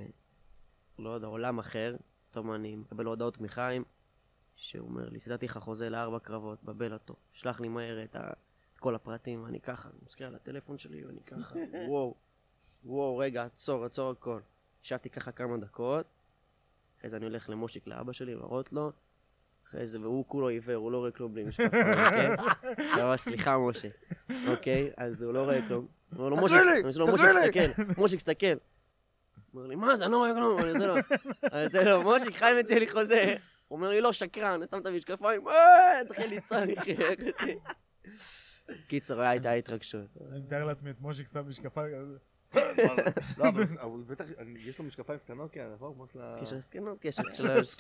לא יודע, עולם אחר. פתאום אני מקבל הודעות מחיים, שהוא אומר לי, סידרתי לך חוזה לארבע קרבות בבלאטור. שלח לי מהר את ה... כל הפרטים, ואני ככה, אני מסתכל על הטלפון שלי, ואני ככה, וואו, וואו, רגע, עצור, עצור הכל. ישבתי ככה כמה דקות, אחרי זה אני הולך למושיק, לאבא שלי, להראות לו, אחרי זה, והוא כולו עיוור, הוא לא רואה כלום בלי משקפיים, אוקיי? אבל סליחה, משה, אוקיי? אז הוא לא רואה כלום. הוא אומר לו, מושיק, אני עושה לו, מושיק, תסתכל, מושיק, תסתכל. הוא אומר לי, מה זה, אני לא רואה כלום, אני עושה לו, אני עושה לו, מושיק, חיים הציע לי חוזה. הוא אומר לי, לא, שקרן, שם את המשקפיים, אה, תתחיל לצעוק, חירק אותי. קיצר, הייתה התרגשות. אני מתאר לעצמי את מושיק שם משקפיים. לא, אבל אבל בטח, אני- יש לו משקפיים קטנות כאלה, נכון? כמו של ה... קשר זקנות, קשר שלוש.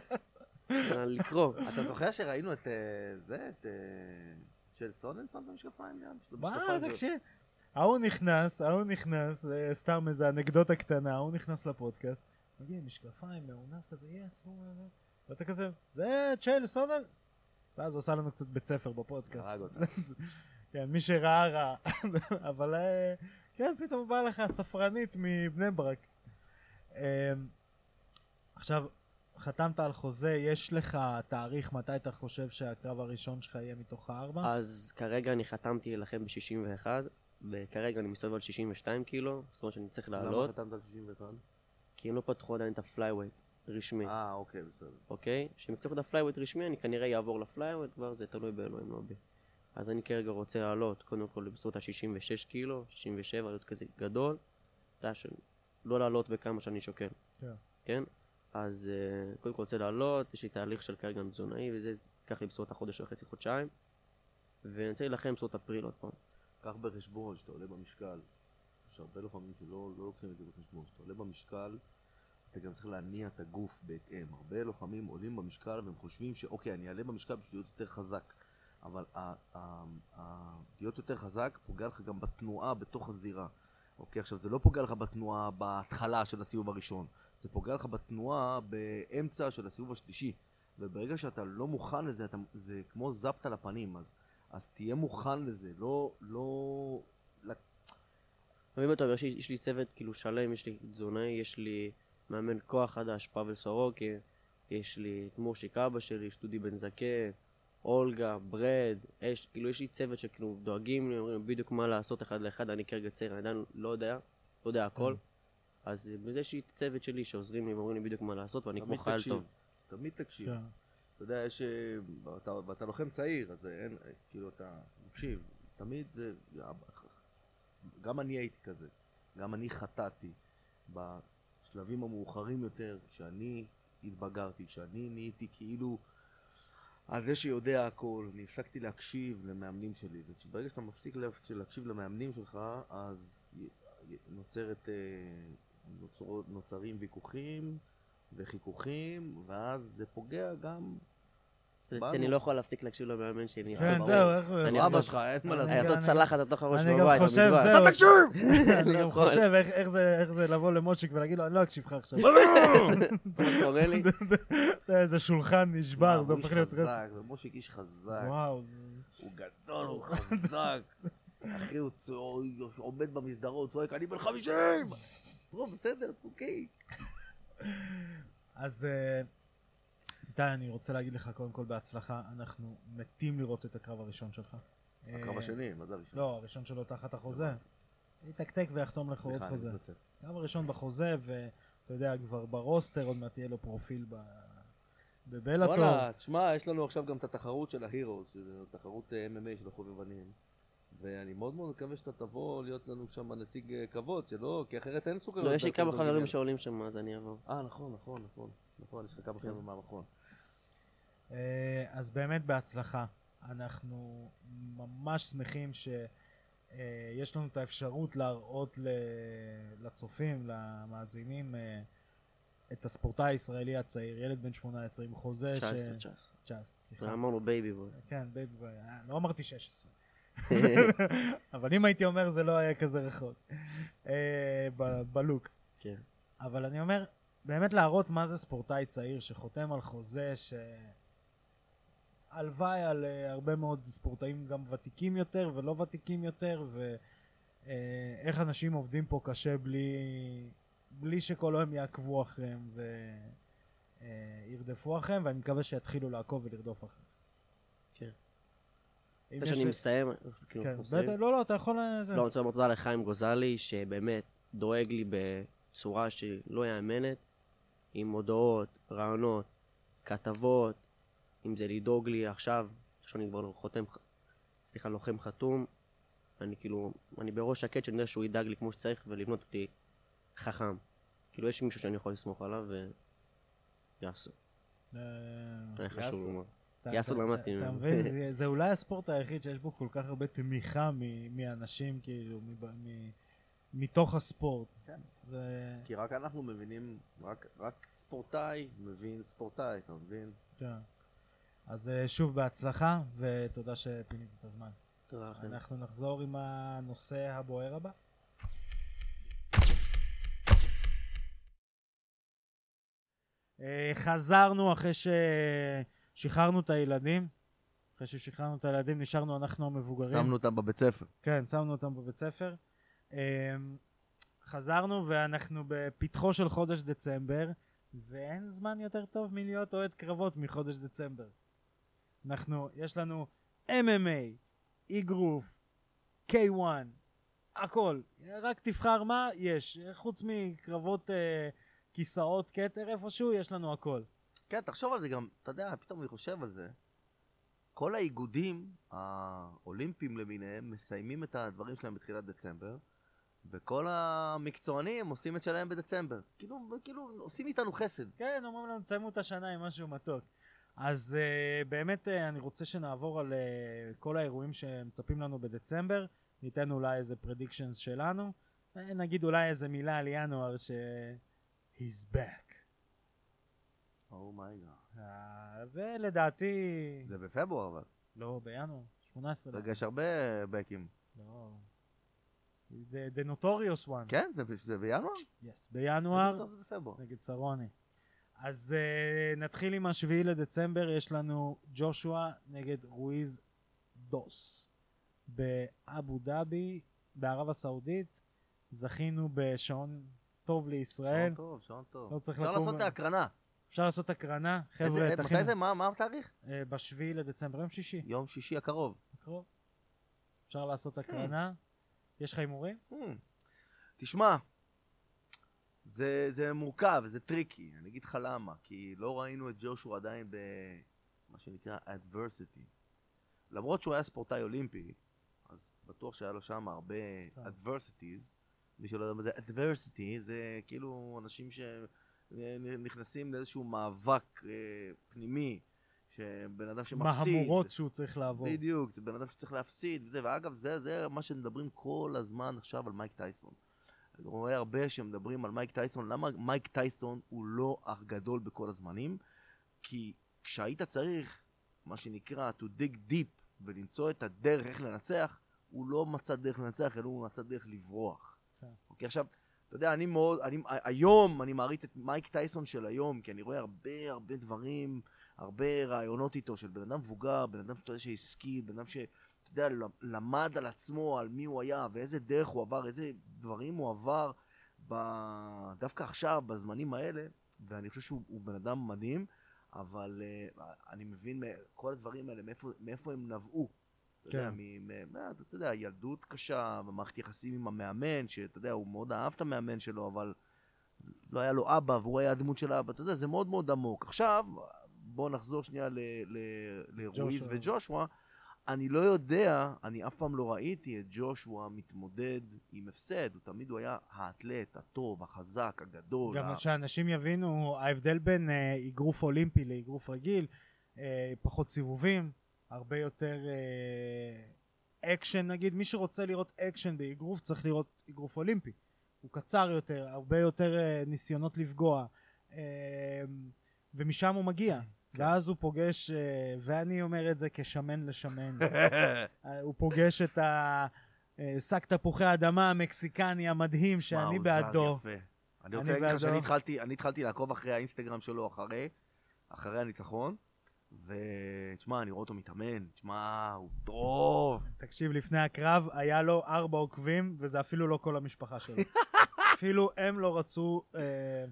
לקרוא. אתה זוכר שראינו את אה, זה, את אה, של סונן שם את המשקפיים גם? יש לו מה, משקפיים תקשיב. ההוא נכנס, ההוא נכנס, אה, סתם איזה אנקדוטה קטנה, ההוא נכנס לפודקאסט, מגיע עם משקפיים, מעונב כזה, יס, הוא... ואתה כזה, זה צ'ייל סונן? ואז הוא עשה לנו קצת בית ספר בפודקאסט. הרג אותה. כן, מי שראה רע. אבל אה, כן, פתאום בא לך ספרנית מבני ברק. אה, עכשיו, חתמת על חוזה, יש לך תאריך מתי אתה חושב שהקרב הראשון שלך יהיה מתוך הארבע? אז כרגע אני חתמתי להילחם ב-שישים ואחת, וכרגע אני מסתובב על שישים ושתיים קילו, זאת אומרת שאני צריך למה לעלות, חתמת על שישים ואחת? כי הם לא פתחו עדיין את הפלייווייט רשמי, אה, אוקיי, בסדר. אוקיי? כשהם יפתחו את הפלייווייט רשמי, אני כנראה אעבור לפלייווייט, כבר זה תלוי באלוהים, לא בי. אז אני כרגע רוצה לעלות, קודם כל בסביבות ה-שישים ושש קילו, שישים ושבע, להיות כזה גדול, אתה יודע, לא לעלות בכמה שאני שוקל, כן. כן? אז uh, קודם כל רוצה לעלות, יש לי תהליך של כרגע תזונאי, וזה ייקח לי בסביבות החודש וחצי, חודשיים, ואני רוצה להילחם בסביבות אפריל עוד פעם. קח בחשבון שאתה עולה במשקל, יש הרבה לוחמים שלא לא לוקחים את זה בחשבון, שאתה עולה במשקל, אתה גם צריך להניע את הגוף בהתאם. הרבה לוחמים עולים במשקל והם חושבים שאוקיי, אני אעלה במשקל בשביל להיות יותר חזק, אבל ה- ה- ה- להיות יותר חזק פוגע לך גם בתנועה בתוך הזירה. אוקיי, עכשיו זה לא פוגע לך בתנועה בהתחלה של הסיבוב הראשון, זה פוגע לך בתנועה באמצע של הסיבוב השלישי, וברגע שאתה לא מוכן לזה, אתה, זה כמו זפת על הפנים, אז, אז תהיה מוכן לזה, לא, לא... מבין אותו, יש לי, יש לי צוות כאילו שלם, יש לי תזונאי, יש לי מאמן כוח חדש, פאבל סורוקה, יש לי את מושיק אבא שלי, יש דודי בן זקן, אולגה, ברד, יש, כאילו יש לי צוות שכאילו דואגים לי, אומרים בדיוק מה לעשות אחד לאחד, אני כרגע צעיר, אני עדיין לא יודע, לא יודע הכל, אז יש לי צוות שלי שעוזרים לי ואומרים לי בדיוק מה לעשות, ואני כמו חייל טוב. תמיד תקשיב. אתה יודע, יש, ואתה לוחם צעיר, אז אין, כאילו אתה מקשיב, תמיד זה, גם אני הייתי כזה, גם אני חטאתי בשלבים המאוחרים יותר, כשאני התבגרתי, כשאני נהייתי כאילו, אז זה שיודע הכל, אני הפסקתי להקשיב למאמנים שלי, וברגע שאתה מפסיק להקשיב למאמנים שלך, אז נוצרת, נוצר, נוצרים ויכוחים וחיכוכים, ואז זה פוגע גם אני לא יכול להפסיק להקשיב למאמן שלי. כן, זהו, איך... הוא אבא שלך, אין מה לעשות. היה אותו צלחת לתוך הראש אני בבית. גם חושב, אתה תקשיב! אני גם חושב איך זה לבוא למושיק ולהגיד לו, אני לא אקשיב לך עכשיו. קורא לי? איזה שולחן נשבר, זה הוא הופך איש להיות... חזק, מושיק איש חזק. וואו. הוא גדול, הוא חזק. אחי, הוא עומד במסדרות, צועק, אני בן חמישים! טוב, בסדר, אוקיי. אז... איתי, אני רוצה להגיד לך קודם כל בהצלחה, אנחנו מתים לראות את הקרב הראשון שלך. הקרב השני, מה זה הראשון? לא, הראשון שלו תחת החוזה. יתקתק ויחתום לך עוד חוזה. הקרב הראשון בחוזה, ואתה יודע, כבר ברוסטר עוד מעט יהיה לו פרופיל בבלאטור. וואלה, תשמע, יש לנו עכשיו גם את התחרות של ההירוס, שזו תחרות אם אם איי של החובבנים. ואני מאוד מאוד מקווה שאתה תבוא להיות לנו שם נציג כבוד, שלא, כי אחרת אין סוכריות. לא, יש לי כמה חברים שעולים שם, אז אני אבוא. אה, נכון, נכון, נכון. נכון, יש לך כמה חבר'ה מהמכון. אז באמת בהצלחה. אנחנו ממש שמחים שיש לנו את האפשרות להראות לצופים, למאזינים, את הספורטאי הישראלי הצעיר, ילד בן שמונה עשרה עם חוזה ש... תשע עשרה, תשע עשרה. תשע עשרה, סליחה. אמרנו בייבי בוי. כן, בייבי בוי. לא אמרתי שש עשרה. אבל אם הייתי אומר זה לא היה כזה רחוק. בלוק. כן. אבל אני אומר, באמת להראות מה זה ספורטאי צעיר שחותם על חוזה שהלוואי על הרבה מאוד ספורטאים גם ותיקים יותר ולא ותיקים יותר, ואיך אנשים עובדים פה קשה בלי, בלי שכל היום יעקבו אחריהם וירדפו אחריהם, ואני מקווה שיתחילו לעקוב ולרדוף אחריהם. כן. אחרי שאני מסיים, כאילו, לא, לא, אתה יכול... לא, אני רוצה לומר תודה לחיים גוזלי, שבאמת דואג לי בצורה שלא יאמנת, עם הודעות, רעיונות, כתבות, אם זה לדאוג לי עכשיו, שאני כבר חותם, סליחה, לוחם חתום, אני כאילו, אני בראש שקט שאני יודע שהוא ידאג לי כמו שצריך ולבנות אותי חכם. כאילו יש מישהו שאני יכול לסמוך עליו ויעשו. זה חשוב לומר. יעשו למדתי. אתה מבין, זה אולי הספורט היחיד שיש בו כל כך הרבה תמיכה מאנשים, כאילו, מתוך הספורט. כן. כי רק אנחנו מבינים, רק ספורטאי מבין ספורטאי, אתה מבין? כן. אז שוב בהצלחה, ותודה שפינית את הזמן. תודה לכם. אנחנו נחזור עם הנושא הבוער הבא. חזרנו אחרי ששחררנו את הילדים. אחרי ששחררנו את הילדים נשארנו אנחנו המבוגרים. שמנו אותם בבית ספר. כן, שמנו אותם בבית ספר. חזרנו ואנחנו בפתחו של חודש דצמבר, ואין זמן יותר טוב מלהיות אוהד קרבות מחודש דצמבר. אנחנו, יש לנו אם אם איי, אגרוף, קיי וואן, הכל. רק תבחר מה יש. חוץ מקרבות אה, כיסאות כתר איפשהו, יש לנו הכל. כן, תחשוב על זה גם, אתה יודע, פתאום אני חושב על זה. כל האיגודים האולימפיים למיניהם מסיימים את הדברים שלהם בתחילת דצמבר, וכל המקצוענים עושים את שלהם בדצמבר. כאילו, כאילו עושים איתנו חסד. כן, אומרים לנו, תסיימו את השנה עם משהו מתוק. אז uh, באמת uh, אני רוצה שנעבור על uh, כל האירועים שמצפים לנו בדצמבר. ניתן אולי איזה predictions שלנו. נגיד אולי איזה מילה על ינואר ש... he's back. אומייגאד. Uh, ולדעתי... זה בפברואר אבל. לא, בינואר. שמונה עשרה. רגע, יש הרבה בקים. לא. The, the notorious one. כן? זה, זה בינואר? Yes, בינואר. זה בפברואר. נגד סרוני. אז uh, נתחיל עם השביעי לדצמבר. יש לנו ג'ושוע נגד רואיז דוס. באבו דאבי, בערב הסעודית. זכינו בשעון טוב לישראל. שעון טוב, שעון טוב. לא צריך אפשר לקום- לעשות את ההקרנה. אפשר לעשות הקרנה. איזה- חבר'ה, מתי תכינו. זה? מה מה התאריך? אה, בשביעי לדצמבר, יום שישי. יום שישי הקרוב. הקרוב. אפשר לעשות הקרנה. יש לך הימורים? Hmm. תשמע, זה, זה מורכב, זה טריקי, אני אגיד לך למה, כי לא ראינו את ג'ושו עדיין במה שנקרא adversity. למרות שהוא היה ספורטאי אולימפי, אז בטוח שהיה לו שם הרבה adversities. מי שלא יודע מה זה adversity, זה כאילו אנשים שנכנסים לאיזשהו מאבק אה, פנימי, שבן אדם שמפסיד. מהמורות שהוא צריך לעבור. בדיוק, זה בן אדם שצריך להפסיד וזה, ואגב זה, זה מה שמדברים כל הזמן עכשיו על מייק טייסון. אני רואה הרבה שמדברים על מייק טייסון, למה מייק טייסון הוא לא הגדול בכל הזמנים? כי כשהיית צריך, מה שנקרא to dig deep ולמצוא את הדרך איך לנצח, הוא לא מצא דרך לנצח, אלא הוא מצא דרך לברוח. כן. אוקיי, עכשיו, אתה יודע, אני מאוד, אני, היום אני מעריץ את מייק טייסון של היום, כי אני רואה הרבה הרבה דברים, הרבה רעיונות איתו של בן אדם מבוגר, בן אדם שאתה יודע שהשכיל, בן אדם שאתה יודע, למד על עצמו, על מי הוא היה, ואיזה דרך הוא עבר, איזה דברים הוא עבר ב... דווקא עכשיו, בזמנים האלה, ואני חושב שהוא בן אדם מדהים, אבל uh, אני מבין כל הדברים האלה, מאיפה, מאיפה הם נבעו. אתה כן. יודע, מ, מ, אתה יודע, ילדות קשה, ומערכת יחסים עם המאמן, שאתה יודע, הוא מאוד אהב את המאמן שלו, אבל לא היה לו אבא, והוא היה הדמות של האבא, אתה יודע, זה מאוד מאוד עמוק. עכשיו, בואו נחזור שנייה ל, ל, לרואיז ג'ושוע. וג'ושוע. אני לא יודע, אני אף פעם לא ראיתי את ג'ושוע מתמודד עם הפסד, הוא תמיד הוא היה האתלט, הטוב, החזק, הגדול. גם ה... שאנשים יבינו, ההבדל בין אה, אגרוף אולימפי לאגרוף רגיל, אה, פחות סיבובים, הרבה יותר אה, אקשן נגיד, מי שרוצה לראות אקשן באגרוף צריך לראות אגרוף אולימפי. הוא קצר יותר, הרבה יותר אה, ניסיונות לפגוע, אה, ומשם הוא מגיע. כן. ואז הוא פוגש, אה, ואני אומר את זה כשמן לשמן, אה, הוא פוגש את ה... אה, שק תפוחי האדמה המקסיקני המדהים שאני מה, הוא בעדו. זז יפה. אני אני רוצה להגיד לך בעדו. שאני התחלתי, אני התחלתי לעקוב אחרי האינסטגרם שלו אחרי, אחרי הניצחון, ותשמע, אני רואה אותו מתאמן, תשמע, הוא טוב. תקשיב, לפני הקרב היה לו ארבע עוקבים, וזה אפילו לא כל המשפחה שלו. אפילו הם לא רצו, אה,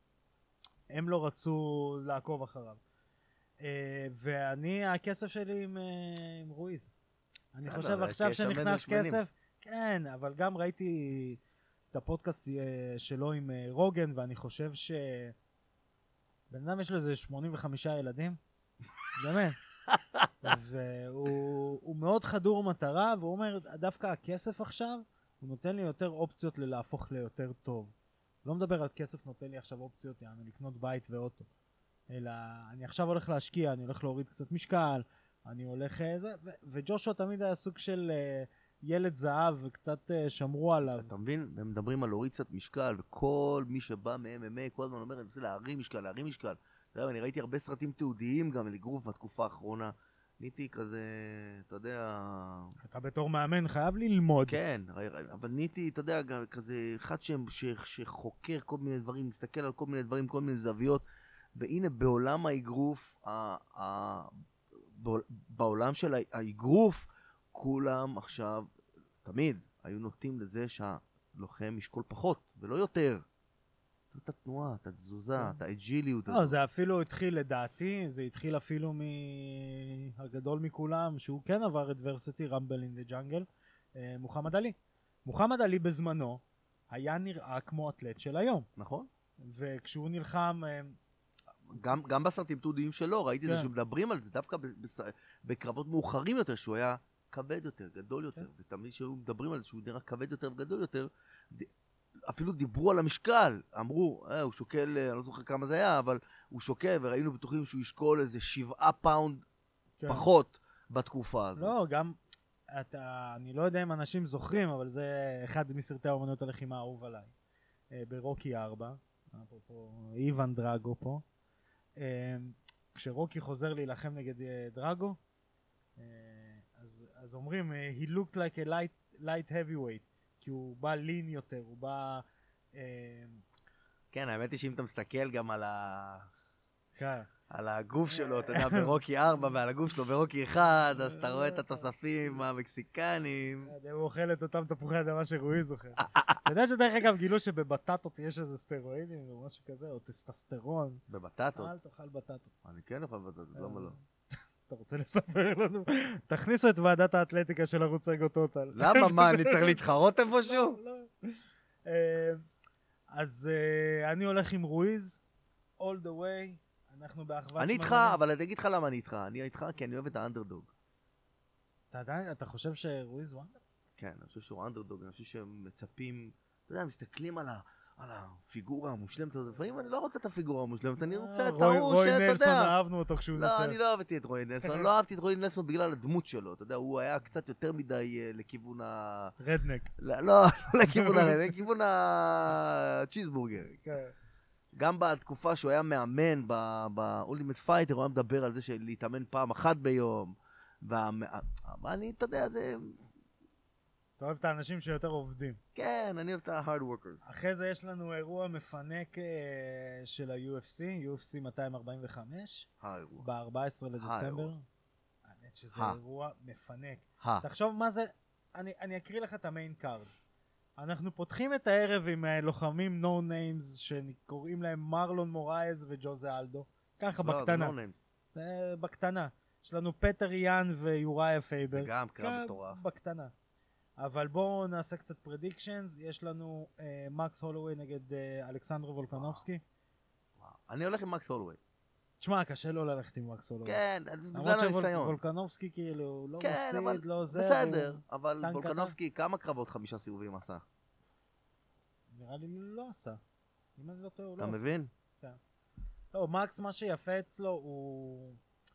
הם לא רצו לעקוב אחריו. אה, ואני, הכסף שלי עם, אה, עם רואיז. אני בסדר, חושב אבל עכשיו כשמן שנכנס ושמנים. כסף, כן, אבל גם ראיתי את הפודקאסט אה, שלו עם אה, רוגן, ואני חושב ש... בן אדם יש לו איזה שמונים וחמישה ילדים, באמת. והוא הוא מאוד חדור מטרה, והוא אומר, דווקא הכסף עכשיו, הוא נותן לי יותר אופציות ללהפוך ליותר טוב. לא מדבר על כסף נותן לי עכשיו אופציות, יענו, לקנות בית ואוטו. אלא, אני עכשיו הולך להשקיע, אני הולך להוריד קצת משקל, אני הולך איזה, ו- וג'ושוע תמיד היה סוג של uh, ילד זהב, וקצת uh, שמרו עליו. אתה מבין? הם מדברים על להוריד קצת משקל, וכל מי שבא מ-אם אם איי כל הזמן אומר, אני רוצה להרים משקל, להרים משקל. אתה יודע, אני ראיתי הרבה סרטים תיעודיים גם לאגרוף בתקופה האחרונה. ניתי כזה, אתה יודע... אתה בתור מאמן חייב ללמוד. כן, אבל ניתי, אתה יודע, כזה אחד ש- ש- שחוקר כל מיני דברים, מסתכל על כל מיני דברים, כל מיני זוויות, והנה בעולם האגרוף, ה- ה- בעולם של האגרוף, כולם עכשיו, תמיד, היו נוטים לזה שהלוחם ישקול פחות, ולא יותר. זאת התנועה, את התזוזה, את האג'יליות לא, הזאת. זה אפילו התחיל לדעתי, זה התחיל אפילו מהגדול מכולם, שהוא כן עבר אדברסיטי, רמבל אין דה ג'אנגל, מוחמד עלי. מוחמד עלי בזמנו היה נראה כמו אתלט של היום. נכון? וכשהוא נלחם... אה, גם, גם בסרטים תיעודיים שלו, ראיתי את כן. זה שמדברים על זה, דווקא ב- בס- בקרבות מאוחרים יותר, שהוא היה כבד יותר, גדול יותר, כן. ותמיד שהיו מדברים על זה שהוא נראה כבד יותר וגדול יותר, ד- אפילו דיברו על המשקל, אמרו, אה, הוא שוקל, אה, אני לא זוכר כמה זה היה, אבל הוא שוקל, וראינו בטוחים שהוא ישקול איזה שבעה פאונד כן. פחות בתקופה הזאת. לא, גם... אתה, אני לא יודע אם אנשים זוכרים, אבל זה אחד מסרטי האומנות הלחימה האהוב עליי. אה, ברוקי ארבע, אפרופו איוון דרגו פה. אה, כשרוקי חוזר להילחם נגד אה, דרגו, אה, אז, אז אומרים, אה, he looked like a light, light heavyweight, כי הוא בא לין יותר, הוא בא... אה, כן, האמת היא שאם אתה מסתכל גם על ה... כן. על הגוף שלו, אתה יודע, ברוקי ארבע, ועל הגוף שלו ברוקי אחד, אז אתה רואה את התוספים המקסיקנים. הוא אוכל את אותם תפוחי אדמה שרואיז אוכל. אתה יודע שדרך אגב גילו שבבטטות יש איזה סטרואידים או משהו כזה, או טסטסטרון. בבטטות? אל תאכל בטטות. אני כן אוכל בטטות, למה לא? אתה רוצה לספר לנו? תכניסו את ועדת האתלטיקה של ערוץ אגו טוטל. למה? מה, אני צריך להתחרות איפשהו? לא, לא. אז אני הולך עם רואיז, all the way, אנחנו באחוות... אני איתך, אבל אני אגיד לך למה אני איתך. אני איתך כי אני אוהב את האנדרדוג. אתה עדיין, אתה חושב שרואיז הוא אנדרדוג? כן, אני חושב שהוא אנדרדוג, אני חושב שהם מצפים, אתה יודע, מסתכלים על ה... על הפיגורה המושלמת הזאת, לפעמים אני לא רוצה את הפיגורה המושלמת, אני רוצה את ההוא שאתה יודע. רוי נלסון אהבנו אותו כשהוא נצר. לא, אני לא אהבתי את רוי נלסון, לא אהבתי את רוי נלסון בגלל הדמות שלו, אתה יודע, הוא היה קצת יותר מדי לכיוון ה... רדנק. לא, לא לכיוון הרדנק, לכיוון הצ'יזבורגר. גם בתקופה שהוא היה מאמן באולטימט פייטר, הוא היה מדבר על זה שלהתאמן פעם אחת ביום, ואני, אתה יודע, זה... אתה אוהב את האנשים שיותר עובדים. כן, אני אוהב את ה-hard workers. אחרי זה יש לנו אירוע מפנק של ה-יו אף סי, יו אף סי מאתיים ארבעים וחמש. האירוע. ב-ארבעה עשרה לדצמבר. האמת שזה אירוע מפנק. תחשוב מה זה, אני אקריא לך את המיין קארד. אנחנו פותחים את הערב עם לוחמים no names שקוראים להם מרלון מורייז וג'וזה אלדו. ככה בקטנה. בקטנה. יש לנו פטר יאן ויוריה פייבר. זה גם קרב מטורף. בקטנה. אבל בואו נעשה קצת פרדיקשנס. יש לנו מקס הולווי נגד אלכסנדר וולקנובסקי. אני הולך עם מקס הולווי. תשמע, קשה לא ללכת עם מקס הולווי. כן, בגלל הניסיון. למרות שוולקנובסקי כאילו לא מפסיד, לא זה. בסדר, אבל וולקנובסקי כמה קרבות חמישה סיבובים עשה? נראה לי לא עשה. אם אני לא טועה, הוא לא עשה. אתה מבין? כן. לא, מקס מה שיפה אצלו הוא...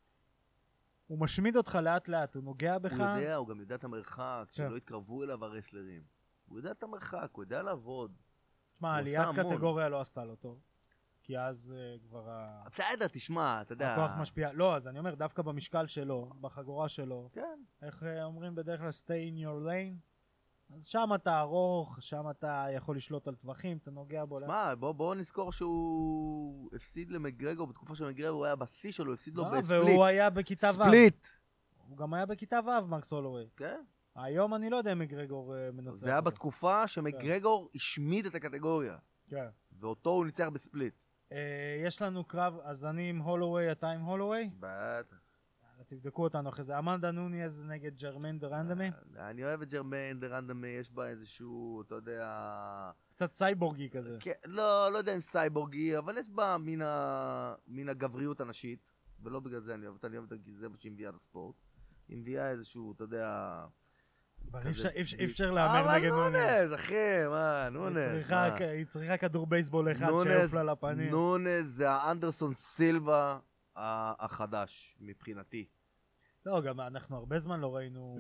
הוא משמיד אותך לאט לאט, הוא נוגע בך. הוא יודע, הוא גם יודע את המרחק, שלא יתקרבו אליו הרסלרים. הוא יודע את המרחק, הוא יודע לעבוד. תשמע, עליית קטגוריה לא עשתה לו טוב. כי אז כבר ה... בסדר, תשמע, אתה יודע... הכוח משפיע. לא, אז אני אומר, דווקא במשקל שלו, בחגורה שלו. כן. איך אומרים בדרך כלל, stay in your lane. אז שם אתה ארוך, שם אתה יכול לשלוט על טווחים, אתה נוגע בו. שמע, בוא, בוא נזכור שהוא הפסיד למגרגור, בתקופה שמגרגור הוא היה בשיא שלו, הפסיד לו לא, בספליט. והוא היה בכיתה ו'. ספליט. הוא גם היה בכיתה ו', מקס הולווי. כן. היום אני לא יודע אם מגרגור מנצח. זה היה בתקופה שמגרגור השמיד את הקטגוריה. כן. ואותו הוא ניצח בספליט. יש לנו קרב, אז אני עם הולווי, אתה עם הולווי? בטח. תבדקו אותנו אחרי זה. אמנדה נוניאז נגד ג'רמיין דרנדמי? אני אוהב את ג'רמיין דרנדמי, יש בה איזשהו, אתה יודע... קצת סייבורגי כזה. לא, לא יודע אם סייבורגי, אבל יש בה מן הגבריות הנשית, ולא בגלל זה אני אוהב אותה, אני אוהב אותה כי זה מה שהיא מביאה לספורט. היא מביאה איזשהו, אתה יודע... אי אפשר להאמר נגד נונז. נונז, אחי, מה, נונז. היא צריכה כדור בייסבול אחד שיעוף לה לפנים. נונז זה האנדרסון סילבה החדש, מבחינתי. לא, גם אנחנו הרבה זמן לא ראינו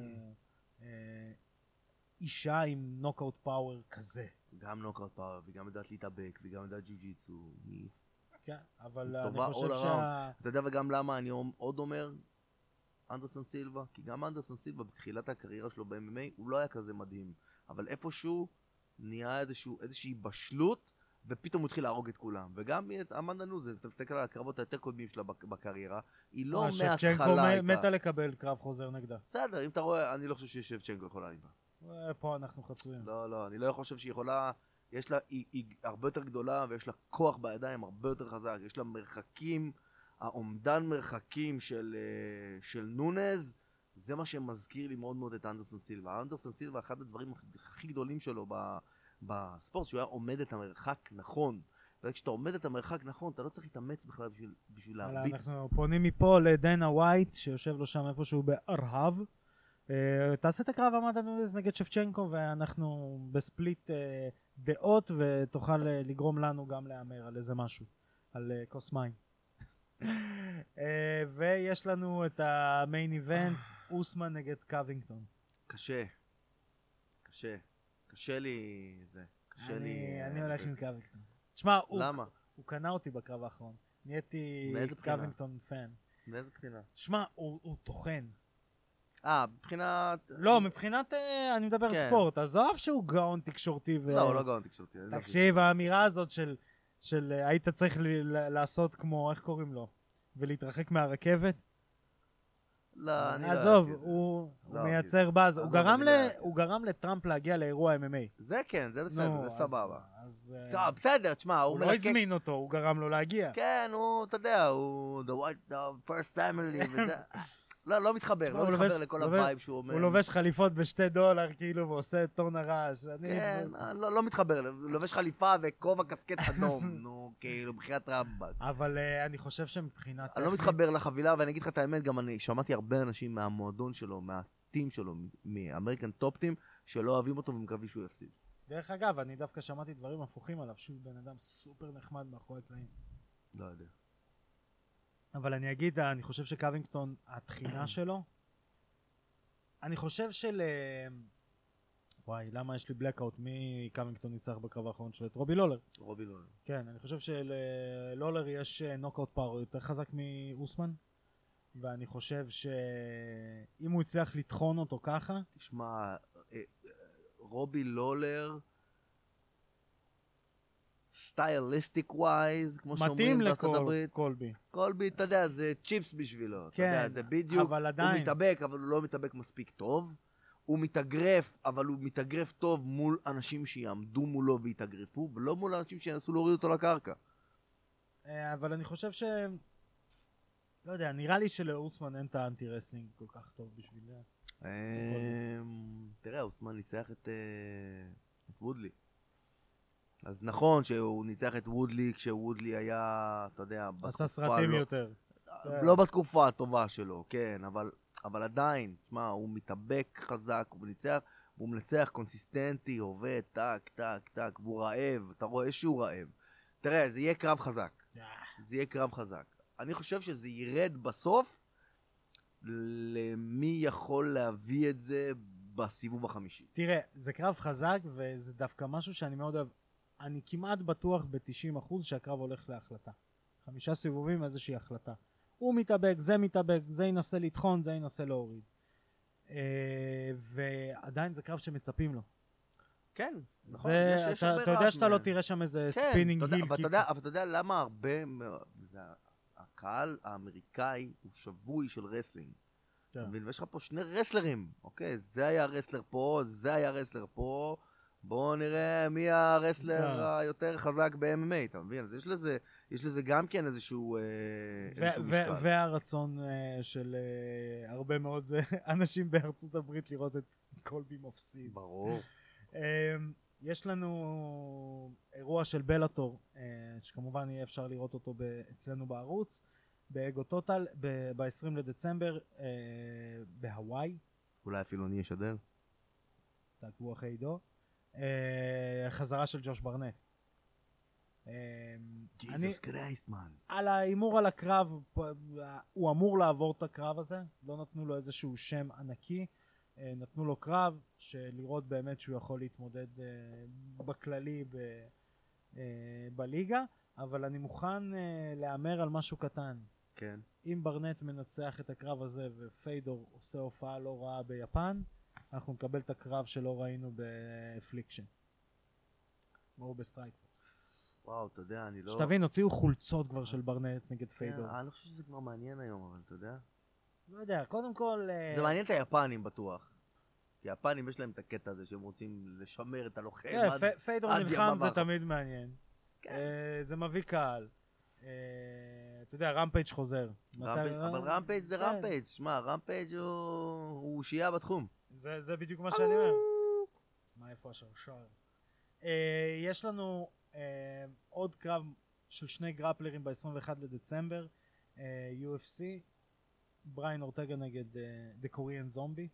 אישה עם נוקאוט פאוור כזה. גם נוקאוט פאוור, וגם יודעת להתאבק, וגם יודעת ג'יו-ג'יצו. כן, אבל אני חושב שה... אתה יודע וגם למה אני עוד אומר אנדרסון סילבה? כי גם אנדרסון סילבה בתחילת הקריירה שלו ב-אם אם איי הוא לא היה כזה מדהים. אבל איפשהו נהיה איזושהי בשלות, ופתאום הוא התחיל להרוג את כולם. וגם אמנדה נוניז, אתה מסתכל על הקרבות היותר קודמים שלה בקריירה, היא לא מההתחלה שבצ'נקו מתה לקבל קרב חוזר נגדה. בסדר, אם אתה רואה, אני לא חושב ששבצ'נקו יכולה איתה. פה אנחנו חצויים. לא, לא, אני לא חושב שהיא יכולה, יש לה, היא, היא הרבה יותר גדולה, ויש לה כוח בידיים הרבה יותר חזק, יש לה מרחקים, העומדן מרחקים של, של נונז, זה מה שמזכיר לי מאוד מאוד את אנדרסון סילבה. אנדרסון סילבה, אחד הדברים הכי גדולים שלו ב... בספורט, שהוא היה עומד את המרחק נכון. וכשאתה עומד את המרחק נכון, אתה לא צריך להתאמץ בכלל בשביל, בשביל להרביץ. אנחנו פונים מפה לדנה ווייט, שיושב לו שם איפשהו בארהב. Uh, תעשה את הקרב אמנדה נוניז נגד שבצ'נקו, ואנחנו בספליט uh, דעות, ותוכל uh, לגרום לנו גם להאמר על איזה משהו, על uh, כוס מים. uh, ויש לנו את המיין איבנט, אוסמן נגד קווינגטון. קשה. קשה. קשה לי זה, קשה אני, לי... אני הולך עם קווינגטון. תשמע, למה? הוא, הוא קנה אותי בקרב האחרון. נהייתי קווינגטון פן. מאיזה בחינה? תשמע, הוא, הוא תוכן. אה, מבחינת... לא, מבחינת, אני מדבר כן. ספורט. עזוב שהוא גאון תקשורתי ו... לא, הוא לא גאון תקשורתי. תקשיב, האמירה הזאת של, של היית צריך ל- לעשות כמו, איך קוראים לו? ולהתרחק מהרכבת? לא, אני לא עזוב, אהבתי את זה. הוא הוא לא מייצר באז. הוא עזוב, גרם אני ל- לא אהבתי. הוא גרם לטראמפ להגיע לאירוע אם אם איי. זה כן, זה בסדר, נו, זה אז- סבבה. אז, אה, טוב, בסדר, תשמע, הוא הוא לא מלקק... הזמין אותו, הוא גרם לו להגיע. כן, הוא, אתה יודע, הוא the white, the first family וזה. לא, לא מתחבר, תשמע, לא הוא מתחבר לובש- לכל לובש- הווייב שהוא אומר. הוא לובש חליפות בשתי דולר, כאילו, ועושה טון הרעש. אני- כן, לא, לא מתחבר, הוא לובש חליפה וכובע קסקט אדום, נו, כאילו, בחיית רמב"ק. אבל אה, אני חושב שמבחינת... אני לא טכנית- מתחבר לחבילה, ואני אגיד לך את האמת, גם אני שמעתי הרבה אנשים מהמועדון שלו, מהטים שלו, מאמריקן טופ טים, שלא אוהבים אותו ומקווים שהוא יפסיד. דרך אגב, אני דווקא שמעתי דברים הפוכים עליו, שהוא בן אדם סופר נחמד מאחורי הקלעים. לא יודע. אבל אני אגיד, אני חושב שקווינגטון, התחינה שלו, אני חושב של... וואי, למה יש לי בלקאוט? מי קווינגטון ניצח בקרב האחרון שלו? את רובי לולר. רובי לולר. כן, אני חושב שלולר יש נוקאוט פאוור יותר חזק מאוסמן, ואני חושב שאם הוא הצליח לטחון אותו ככה, תשמע, אה, רובי לולר, סטייליסטיק ווייז, כמו שאומרים מתאים בארצות לכל הברית. קולבי. קולבי, אתה יודע, זה צ'יפס בשבילו. אתה כן, יודע, זה בדיוק, אבל הוא עדיין. מתאבק, אבל הוא לא מתאבק מספיק טוב. הוא מתאגרף, אבל הוא מתאגרף טוב מול אנשים שיעמדו מולו ויתאגרפו, ולא מול אנשים שינסו להוריד אותו לקרקע. אה, אבל אני חושב ש... לא יודע, נראה לי שלאוסמן אין את האנטי רסלינג כל כך טוב בשביל זה. אמ, תראה, אוסמן ניצח את אה, את וודלי. אז נכון שהוא ניצח את וודלי כשוודלי היה, אתה יודע, עשה בתקופה סרטים לא- יותר. לא בתקופה הטובה שלו, כן, אבל, אבל עדיין, תשמע, הוא מתאבק חזק, הוא ניצח, והוא מנצח קונסיסטנטי, עובד, טק, טק, טק, והוא רעב, אתה רואה שהוא רעב. תראה, זה יהיה קרב חזק, זה יהיה קרב חזק. אני חושב שזה ירד בסוף למי יכול להביא את זה בסיבוב החמישי. תראה, זה קרב חזק וזה דווקא משהו שאני מאוד אוהב. אני כמעט בטוח ב-תשעים אחוז שהקרב הולך להחלטה. חמישה סיבובים איזושהי החלטה. הוא מתאבק, זה מתאבק, זה ינסה לטחון, זה ינסה להוריד. אה, ועדיין זה קרב שמצפים לו. כן, נכון, זה, יש, יש אתה, הרבה אתה יודע רעש שאתה לא מהם. תראה שם איזה כן, ספינינג אתה יודע, היל אבל, קיק. אתה יודע, אבל אתה יודע למה הרבה, מ- זה, הקהל האמריקאי הוא שבוי של רסלינג. כן. אתה מבין? ויש לך פה שני רסלרים, אוקיי? זה היה רסלר פה, זה היה רסלר פה, בואו נראה מי הרסלר כן. היותר חזק ב-אם אם איי, אתה מבין? אז יש לזה, יש לזה גם כן איזשהו, אה, ו- איזשהו ו- משקל. והרצון uh, של uh, הרבה מאוד uh, אנשים בארצות הברית לראות את קולבי מפסיד. ברור. Um, יש לנו אירוע של בלאטור, uh, שכמובן יהיה אפשר לראות אותו ב- אצלנו בערוץ, באגו טוטל, ב-עשרים לדצמבר, uh, בהוואי, אולי אפילו אני אשדר. תעקבו אחרי עידו. Uh, חזרה של ג'וש ברנט. Um, אני, ג'יזוס קרייסט, מן. על ההימור על הקרב, פ- הוא אמור לעבור את הקרב הזה, לא נתנו לו איזשהו שם ענקי, אה, נתנו לו קרב שלראות באמת שהוא יכול להתמודד אה, בכללי ב, אה, בליגה, אבל אני מוכן אה, להמר על משהו קטן. כן. אם ברנט מנצח את הקרב הזה ופיידור עושה הופעה לא רעה ביפן, אנחנו נקבל את הקרב שלא ראינו בפליקשן או בסטרייקפורס. וואו, אתה יודע, אני לא... שתבין, הוציאו חולצות כבר של ברנט נגד פיידור. כן, אני לא חושב שזה כבר מעניין היום, אבל אתה יודע. לא יודע, קודם כל... אה, זה מעניין את היפנים בטוח. כי היפנים יש להם את הקטע הזה שהם רוצים לשמר את הלוחם. כן, עד- פ- פיידור עד נלחם ימיו זה האחרונים. תמיד מעניין. כן. אה, זה מביא קהל. אה, אתה יודע, רמפייג' חוזר. רמפייג', מתי- אבל רמפייג' זה כן. רמפייג', שמע, רמפייג' הוא הוא אושייה בתחום. זה זה בדיוק מה שאני אומר. מה, איפה השרשר? אה, יש לנו אה, עוד קרב של שני גרפלרים ב-עשרים ואחד לדצמבר, אה, יו אף סי, בריין אורטגה נגד אה, The Korean Zombie.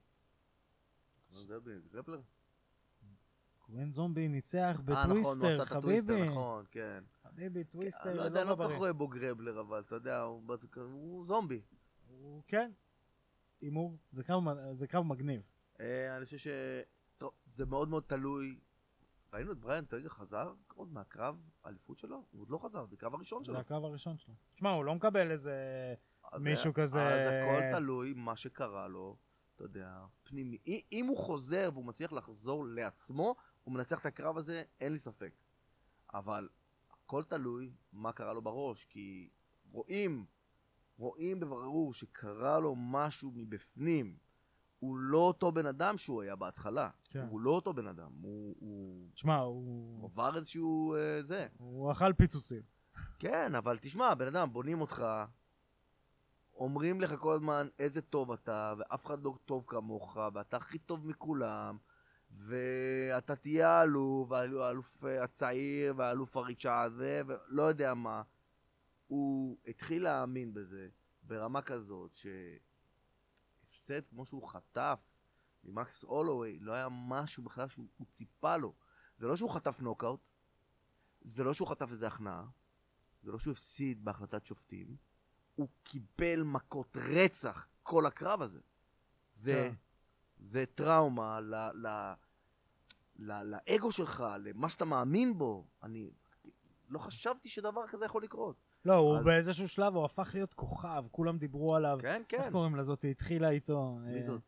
זה גרפלר? קוריאן זומבי ניצח אה, נכון, הוא בטוויסטר, עשה את הטוויסטר, חביבי. נכון, כן. חביבי, טוויסטר, אני לא יודע, אני לא כל בריא. כך רואה בו גרבלר, אבל אתה יודע, הוא בת- הוא זומבי. הוא כן, הימור, זה קרב מ- זה קרב מגניב. אה, אני חושב ש... טוב, זה מאוד מאוד תלוי. ראינו את בריאן טרגר חזר עוד מהקרב האליפות שלו? הוא עוד לא חזר, זה הקרב הראשון שלו. זה הקרב הראשון שלו. תשמע, הוא לא מקבל איזה... אז מישהו זה- כזה- אז הכל תלוי מה שקרה לו, אתה יודע, פנימי. אם- אם הוא חוזר והוא מצליח לחזור לעצמו, הוא מנצח את הקרב הזה, אין לי ספק. אבל הכל תלוי מה קרה לו בראש, כי רואים רואים בברור שקרה לו משהו מבפנים. הוא לא אותו בן אדם שהוא היה בהתחלה. כן. הוא לא אותו בן אדם. הוא... הוא... תשמע, הוא... הוא עבר איזשהו... אה, זה. הוא אכל פיצוצים. כן, אבל תשמע, בן אדם, בונים אותך, אומרים לך כל הזמן איזה טוב אתה, ואף אחד לא טוב כמוך, ואתה הכי טוב מכולם, ואתה תהיה האלוף, והאלוף הצעיר, והאלוף הריצ'ה הזה, ולא יודע מה. הוא התחיל להאמין בזה ברמה כזאת, שהפסד כמו שהוא חטף ממקס הולווי, לא היה משהו בכלל שהוא ציפה לו. זה לא שהוא חטף נוקאוט, זה לא שהוא חטף איזה הכנעה, זה לא שהוא הפסיד בהחלטת שופטים, הוא קיבל מכות רצח כל הקרב הזה. זה, זה טראומה ל, ל, ל, לאגו שלך, למה שאתה מאמין בו. אני לא חשבתי שדבר כזה יכול לקרות. לא, הוא אז... באיזשהו שלב, הוא הפך להיות כוכב, כולם דיברו עליו. כן, כן. איך קוראים לזאת? היא התחילה איתו. מי זאת?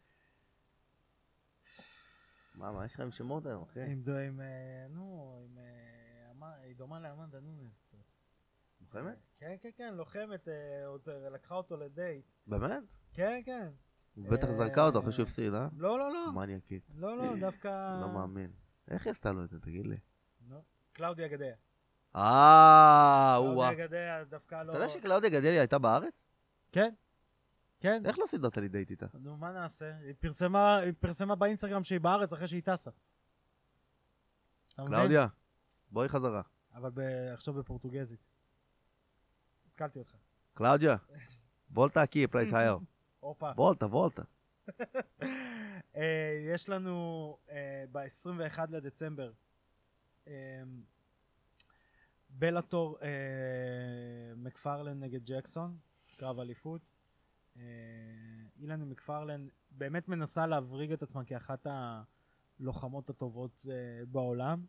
מה, מה יש לך עם שמות היום, אחי? עם, עם, נו, עם, היא דומה לאמנדה נונס קצת. לוחמת? כן, כן, כן, לוחמת, לקחה אותו לדייט. באמת? כן, כן. הוא בטח זרקה אותו אחרי שהוא הפסיד, אה? לא, לא, לא. מניאקית. לא, לא, דווקא... לא מאמין. איך היא עשתה לו את זה, תגיד לי? קלאודיה גדיה. אה, וואו. קלאודיה גדיה דווקא לא... אתה יודע שקלאודיה גדיה הייתה בארץ? כן, כן. איך לא סידרת לי דייט איתה? נו, מה נעשה? היא פרסמה, היא פרסמה באינסטגרם שהיא בארץ אחרי שהיא טסה. קלאודיה, בואי חזרה. אבל עכשיו בפורטוגזית. התקלתי אותך. קלאודיה, וולטה aqui, פלייס הייר. אופה. וולטה, וולטה. יש לנו ב-עשרים ואחד לדצמבר בלאטור מקפרלן נגד ג'קסון, קרב אליפות. אילן מקפרלן באמת מנסה להבריג את עצמה כאחת הלוחמות הטובות בעולם.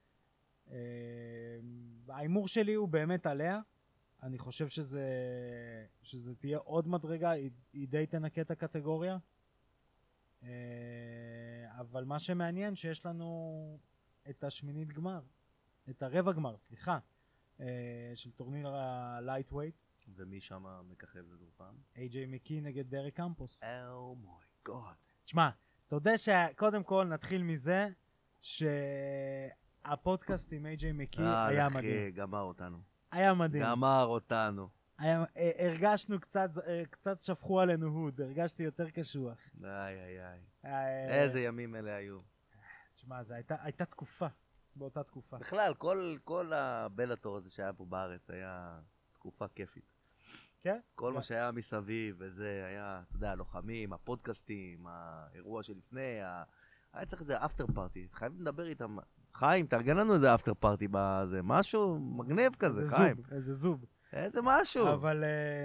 האימור שלי הוא באמת עליה. אני חושב שזה שזה תהיה עוד מדרגה, היא, היא די תנקה את הקטגוריה. אבל מה שמעניין שיש לנו את השמינית גמר, את הרבע גמר, סליחה, של טורניר הלייט ווייט. ומי שם מככב לדור פעם? איי ג'יי מקי נגד דריק קמפוס. Oh my god. תשמע, אתה יודע שקודם כל נתחיל מזה שהפודקאסט עם איי ג'יי מקי היה מדהים. אה, אחי, גמר אותנו. היה מדהים. גמר אותנו. היה, הרגשנו קצת, קצת שפכו עלינו הוד, הרגשתי יותר קשוח. איי איי איי. איזה ימים אלה היו. תשמע, זו הייתה, הייתה תקופה, באותה תקופה. בכלל, כל, כל הבלאטור הזה שהיה פה בארץ היה תקופה כיפית. כן? כל מה שהיה מסביב, וזה היה, אתה יודע, הלוחמים, הפודקאסטים, האירוע שלפני, היה צריך איזה אפטר פארטי. חייבים לדבר איתם. חיים, תארגן לנו איזה אפטר פארטי בזה, משהו מגניב כזה, חיים. איזה זוב. איזה משהו. אבל...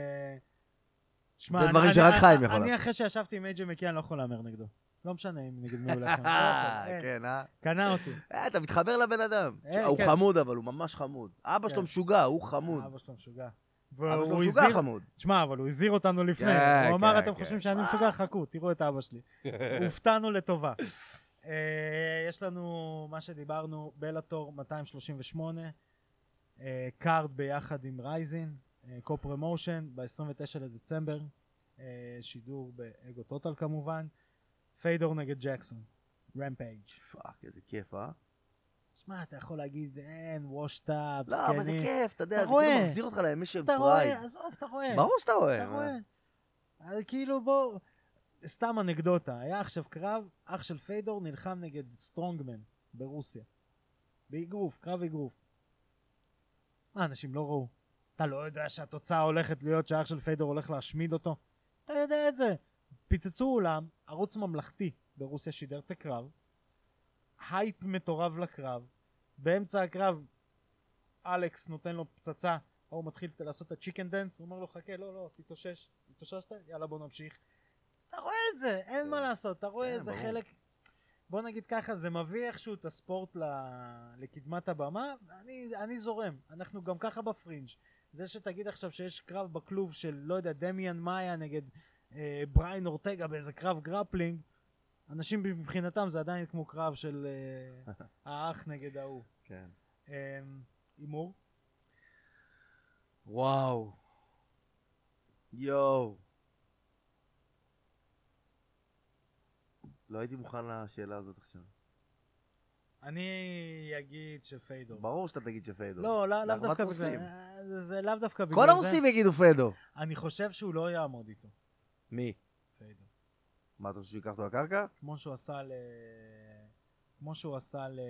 זה דברים שרק חיים יכול לעשות. אני אחרי שישבתי עם איי ג'יי מקי, אני לא יכול להמר נגדו. לא משנה אם נגד מי הולך. כן, אה? קנה אותי. אתה מתחבר לבן אדם. הוא חמוד, אבל הוא ממש חמוד. אבא שלו משוגע, הוא חמוד. אבא שלו משוגע. אבא שלו משוגע חמוד. תשמע, אבל הוא הזהיר אותנו לפני. הוא אמר, אתם חושבים שאני משוגע? חכו, תראו את אבא שלי. הופתענו לטובה. יש לנו מה שדיברנו, בלאטור מאתיים שלושים ושמונה, קארד ביחד עם רייזין, קו-פרמושן, ב-עשרים ותשעה לדצמבר, שידור באגו טוטל כמובן, פיידור נגד ג'קסון, רמפייג'. פאק, איזה כיף, אה? שמע, אתה יכול להגיד, אין, וושטאפ, סקני. לא, אבל זה כיף, אתה יודע, זה כאילו מחזיר אותך לימי של פרייד. אתה רואה, עזוב, אתה רואה. ברור שאתה רואה. אתה רואה. כאילו בוא, סתם אנקדוטה, היה עכשיו קרב, אח של פיידור נלחם נגד סטרונגמן ברוסיה. באגרוף, קרב אגרוף. מה, אנשים לא ראו? אתה לא יודע שהתוצאה הולכת להיות שהאח של פיידור הולך להשמיד אותו? אתה יודע את זה. פיצצו אולם, ערוץ ממלכתי ברוסיה שידר את הקרב, הייפ מטורף לקרב, באמצע הקרב אלכס נותן לו פצצה, הוא מתחיל לעשות את הצ'יקן דנס, הוא אומר לו חכה, לא, לא, תתאושש, תתאוששת, יאללה בוא נמשיך. אתה רואה את זה, אין מה לעשות, אתה רואה איזה חלק, בוא נגיד ככה, זה מביא איכשהו את הספורט לקדמת הבמה, אני זורם, אנחנו גם ככה בפרינג'. זה שתגיד עכשיו שיש קרב בכלוב של, לא יודע, דמיאן מאיה נגד בריין אורטגה באיזה קרב גרפלינג, אנשים מבחינתם זה עדיין כמו קרב של האח נגד ההוא. כן. אימור? וואו. יואו. לא הייתי מוכן לשאלה הזאת עכשיו. אני אגיד שפיידו. ברור שאתה תגיד שפיידו. לא, לא- לאו לאחוות דווקא רוסים. בגלל זה. זה לאו דווקא בגלל כל זה. הרוסים יגידו פיידו. אני חושב שהוא לא יעמוד איתו, מי? פיידו. מה, אתה חושב שהוא ייקח אותו לקרקע? כמו שהוא עשה ל... כמו שהוא עשה ל...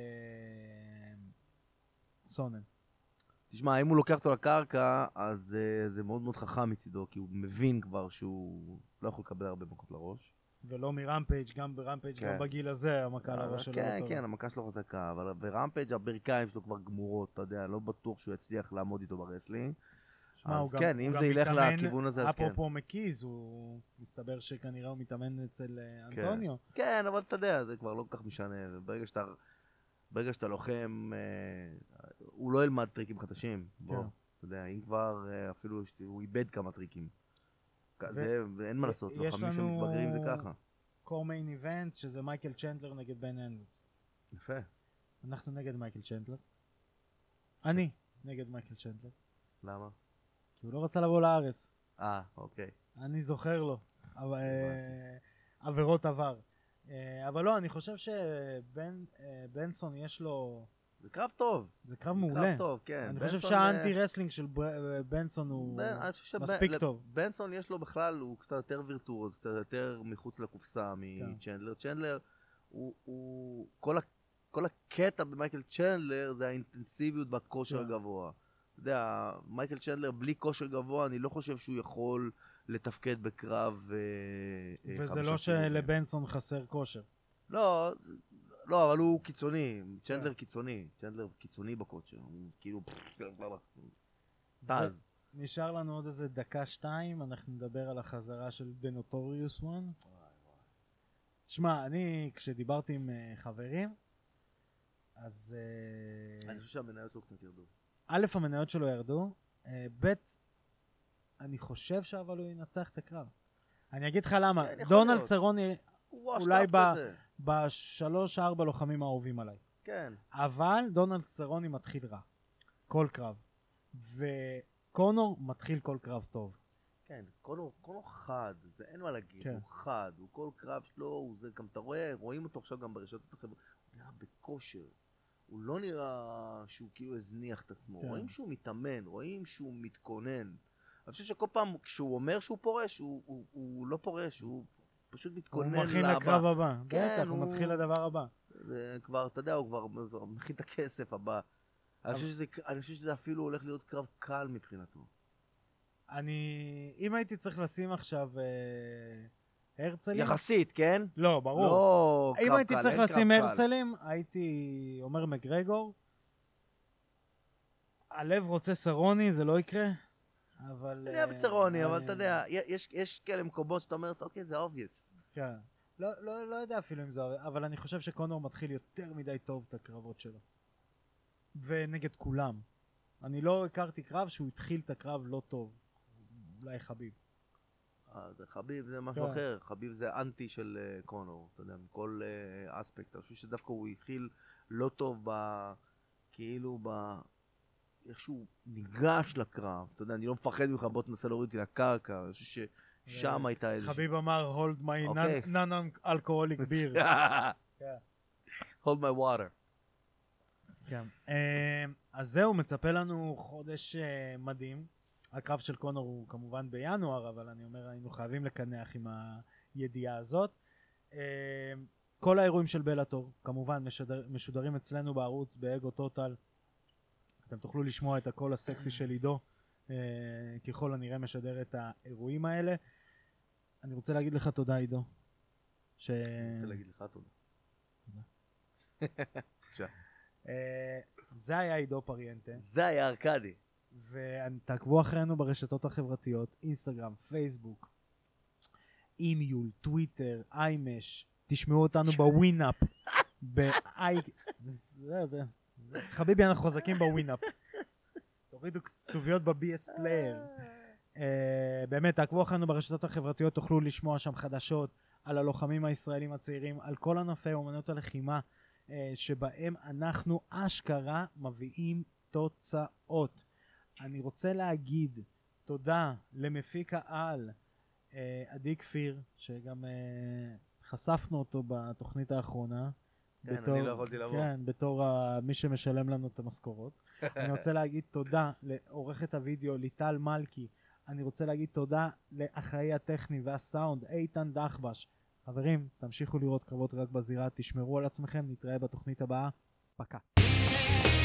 סונן. תשמע, אם הוא לוקח אותו לקרקע, אז uh, זה מאוד מאוד חכם מצידו, כי הוא מבין כבר שהוא לא יכול לקבל הרבה מכות לראש. ולא מרמפייג', גם ברמפייג', כן. גם בגיל הזה, המכה לראש שלו. כן, לא כן, טובה. המכה שלו חזקה, אבל ברמפייג' הברכיים שלו כבר גמורות, אתה יודע, לא בטוח שהוא יצליח לעמוד איתו ברסלינג. שמע, אז הוא גם- כן, הוא אם גם זה ילך מתאמן- לכיוון הזה, אז כן. אפרופו מקיז, הוא מסתבר שכנראה הוא מתאמן אצל אה, אנטוניו. כן, אבל אתה יודע, זה כבר לא כל כך משנה. ברגע שאתה, ברגע שאתה לוחם, אה, הוא לא ילמד טריקים חדשים. בוא, כן. אתה יודע, אם כבר, אה, אפילו ש- הוא איבד כמה טריקים. ו- זה, אין מה לעשות, יש לוחמים לנו- שמתבגרים זה ככה. קור מיין איבנט, שזה מייקל צ'נדלר נגד בן אנדרס. יפה. אנחנו נגד מייקל צ'נדלר. אני נגד מייקל צ'נדלר. למה? כי הוא לא רצה לבוא לארץ. אה, אוקיי. אני זוכר לו. אבל, אה, עבירות עבר. אה, אבל לא, אני חושב שבנסון יש לו... זה קרב טוב. זה קרב מעולה. קרב טוב, כן. אני חושב בנסון, שהאנטי אה, רסלינג של בר- בנסון הוא בן- אני חושב שבן- מספיק לב- טוב. בנסון יש לו בכלל, הוא קצת יותר וירטואוז, קצת יותר מחוץ לקופסה כן. מצ'נדלר. צ'נדלר, הוא, הוא, כל, ה, כל הקטע במייקל צ'נדלר זה האינטנסיביות בכושר כן. הגבוה. אתה יודע, מייקל צ'נדלר בלי כושר גבוה, אני לא חושב שהוא יכול לתפקד בקרב אה, אה, וזה חמישה לא סיבובים. שלבנסון חסר כושר. לא, לא, אבל הוא קיצוני, כן. צ'נדלר קיצוני, צ'נדלר קיצוני בכושר, הוא כאילו, טז. נשאר לנו עוד איזה דקה שתיים, אנחנו נדבר על החזרה של The Notorious One. שמע, אני כשדיברתי עם אה, חברים, אז אה, אני חושב שהמניות שלו קצת ירדו. א', המניות שלו ירדו, אה, ב', אני חושב שאבל הוא ינצח את הקרב. אני אגיד לך למה, כן, יכול דונלד להיות. סרוני הוא אולי השקף ב- כזה. בשלוש ארבע לוחמים האהובים עליי. כן. אבל דונלד סרוני מתחיל רע. כל קרב. וקונור מתחיל כל קרב טוב. כן, קונור, קונור חד, זה אין מה להגיד, כן. הוא חד, הוא כל קרב שלו, הוא זה, גם אתה רואה, רואים אותו עכשיו גם ברשתות החברתיות, הוא נראה בכושר, הוא לא נראה שהוא כאילו הזניח את עצמו, כן. רואים שהוא מתאמן, רואים שהוא מתכונן. אני חושב שכל פעם כשהוא אומר שהוא פורש, הוא, הוא, הוא לא פורש, הוא פשוט מתכונן הוא מכין לבא. לקרב הבא. כן, בטח, הוא הוא- מתחיל לדבר הבא. זה כבר, אתה יודע, הוא כבר הוא מכין את הכסף הבא. אני חושב שזה, אני חושב שזה אפילו הולך להיות קרב קל מבחינתו. אני... אם הייתי צריך לשים עכשיו אה, הרצלים... יחסית, כן? לא, ברור. לא אם קרב הייתי קל, צריך אין קרב לשים קל. הרצלים, הייתי אומר מגרגור. הלב רוצה סרוני, זה לא יקרה. אבל... אני אוהב את אה, סרוני, אבל אני- אתה יודע, יש, יש כאלה מקומות שאתה אומר, אוקיי, זה obvious. כן. לא, לא, לא יודע אפילו אם זה... אבל אני חושב שקונור מתחיל יותר מדי טוב את הקרבות שלו. ונגד כולם. אני לא הכרתי קרב שהוא התחיל את הקרב לא טוב. אולי חביב. אה, זה חביב זה משהו כן. אחר, חביב זה אנטי של uh, קונור, אתה יודע, מכל uh, אספקט. אני חושב שדווקא הוא התחיל לא טוב ב... כאילו ב... איך שהוא ניגש לקרב, אתה יודע, אני לא מפחד ממך, בוא תנסה להוריד אותי לקרקע, אני חושב ששם הייתה איזה... חביב אמר, hold my אוקיי. non-alcoholic beer. כן. hold my water. כן. אה, אז זהו, מצפה לנו חודש אה, מדהים. הקרב של קונור הוא כמובן בינואר, אבל אני אומר, היינו חייבים לקנח עם הידיעה הזאת. אה, כל האירועים של בלאטור, כמובן, משדר, משודרים אצלנו בערוץ, באגו טוטל. אתם תוכלו לשמוע את הקול הסקסי של עידו, אה, ככל הנראה משדר את האירועים האלה. אני רוצה להגיד לך תודה, עידו. ש... אני רוצה להגיד לך תודה. בבקשה. אה, זה היה עידו פריאנטה. זה היה ארקדי. ותעקבו אחרינו ברשתות החברתיות, אינסטגרם, פייסבוק, אימיול, טוויטר, איימש, תשמעו אותנו בווינאפ, באי... זה, זה. חביבי, אנחנו חזקים בווינאפ. תורידו כתוביות ב-בי אס פלייר. באמת, תעקבו אחרינו ברשתות החברתיות, תוכלו לשמוע שם חדשות על הלוחמים הישראלים הצעירים, על כל ענפי אומנות הלחימה, אה, שבהם אנחנו אשכרה מביאים תוצאות. אני רוצה להגיד תודה למפיק העל, אה, עדי כפיר, שגם אה, חשפנו אותו בתוכנית האחרונה. כן, בתור, אני לא יכולתי לבוא. כן, בתור ה, מי שמשלם לנו את המשכורות. אני רוצה להגיד תודה לעורכת הוידאו ליטל מלכי. אני רוצה להגיד תודה לאחראי הטכני והסאונד איתן דחבש. חברים, תמשיכו לראות קרבות רק בזירה, תשמרו על עצמכם, נתראה בתוכנית הבאה. פקה.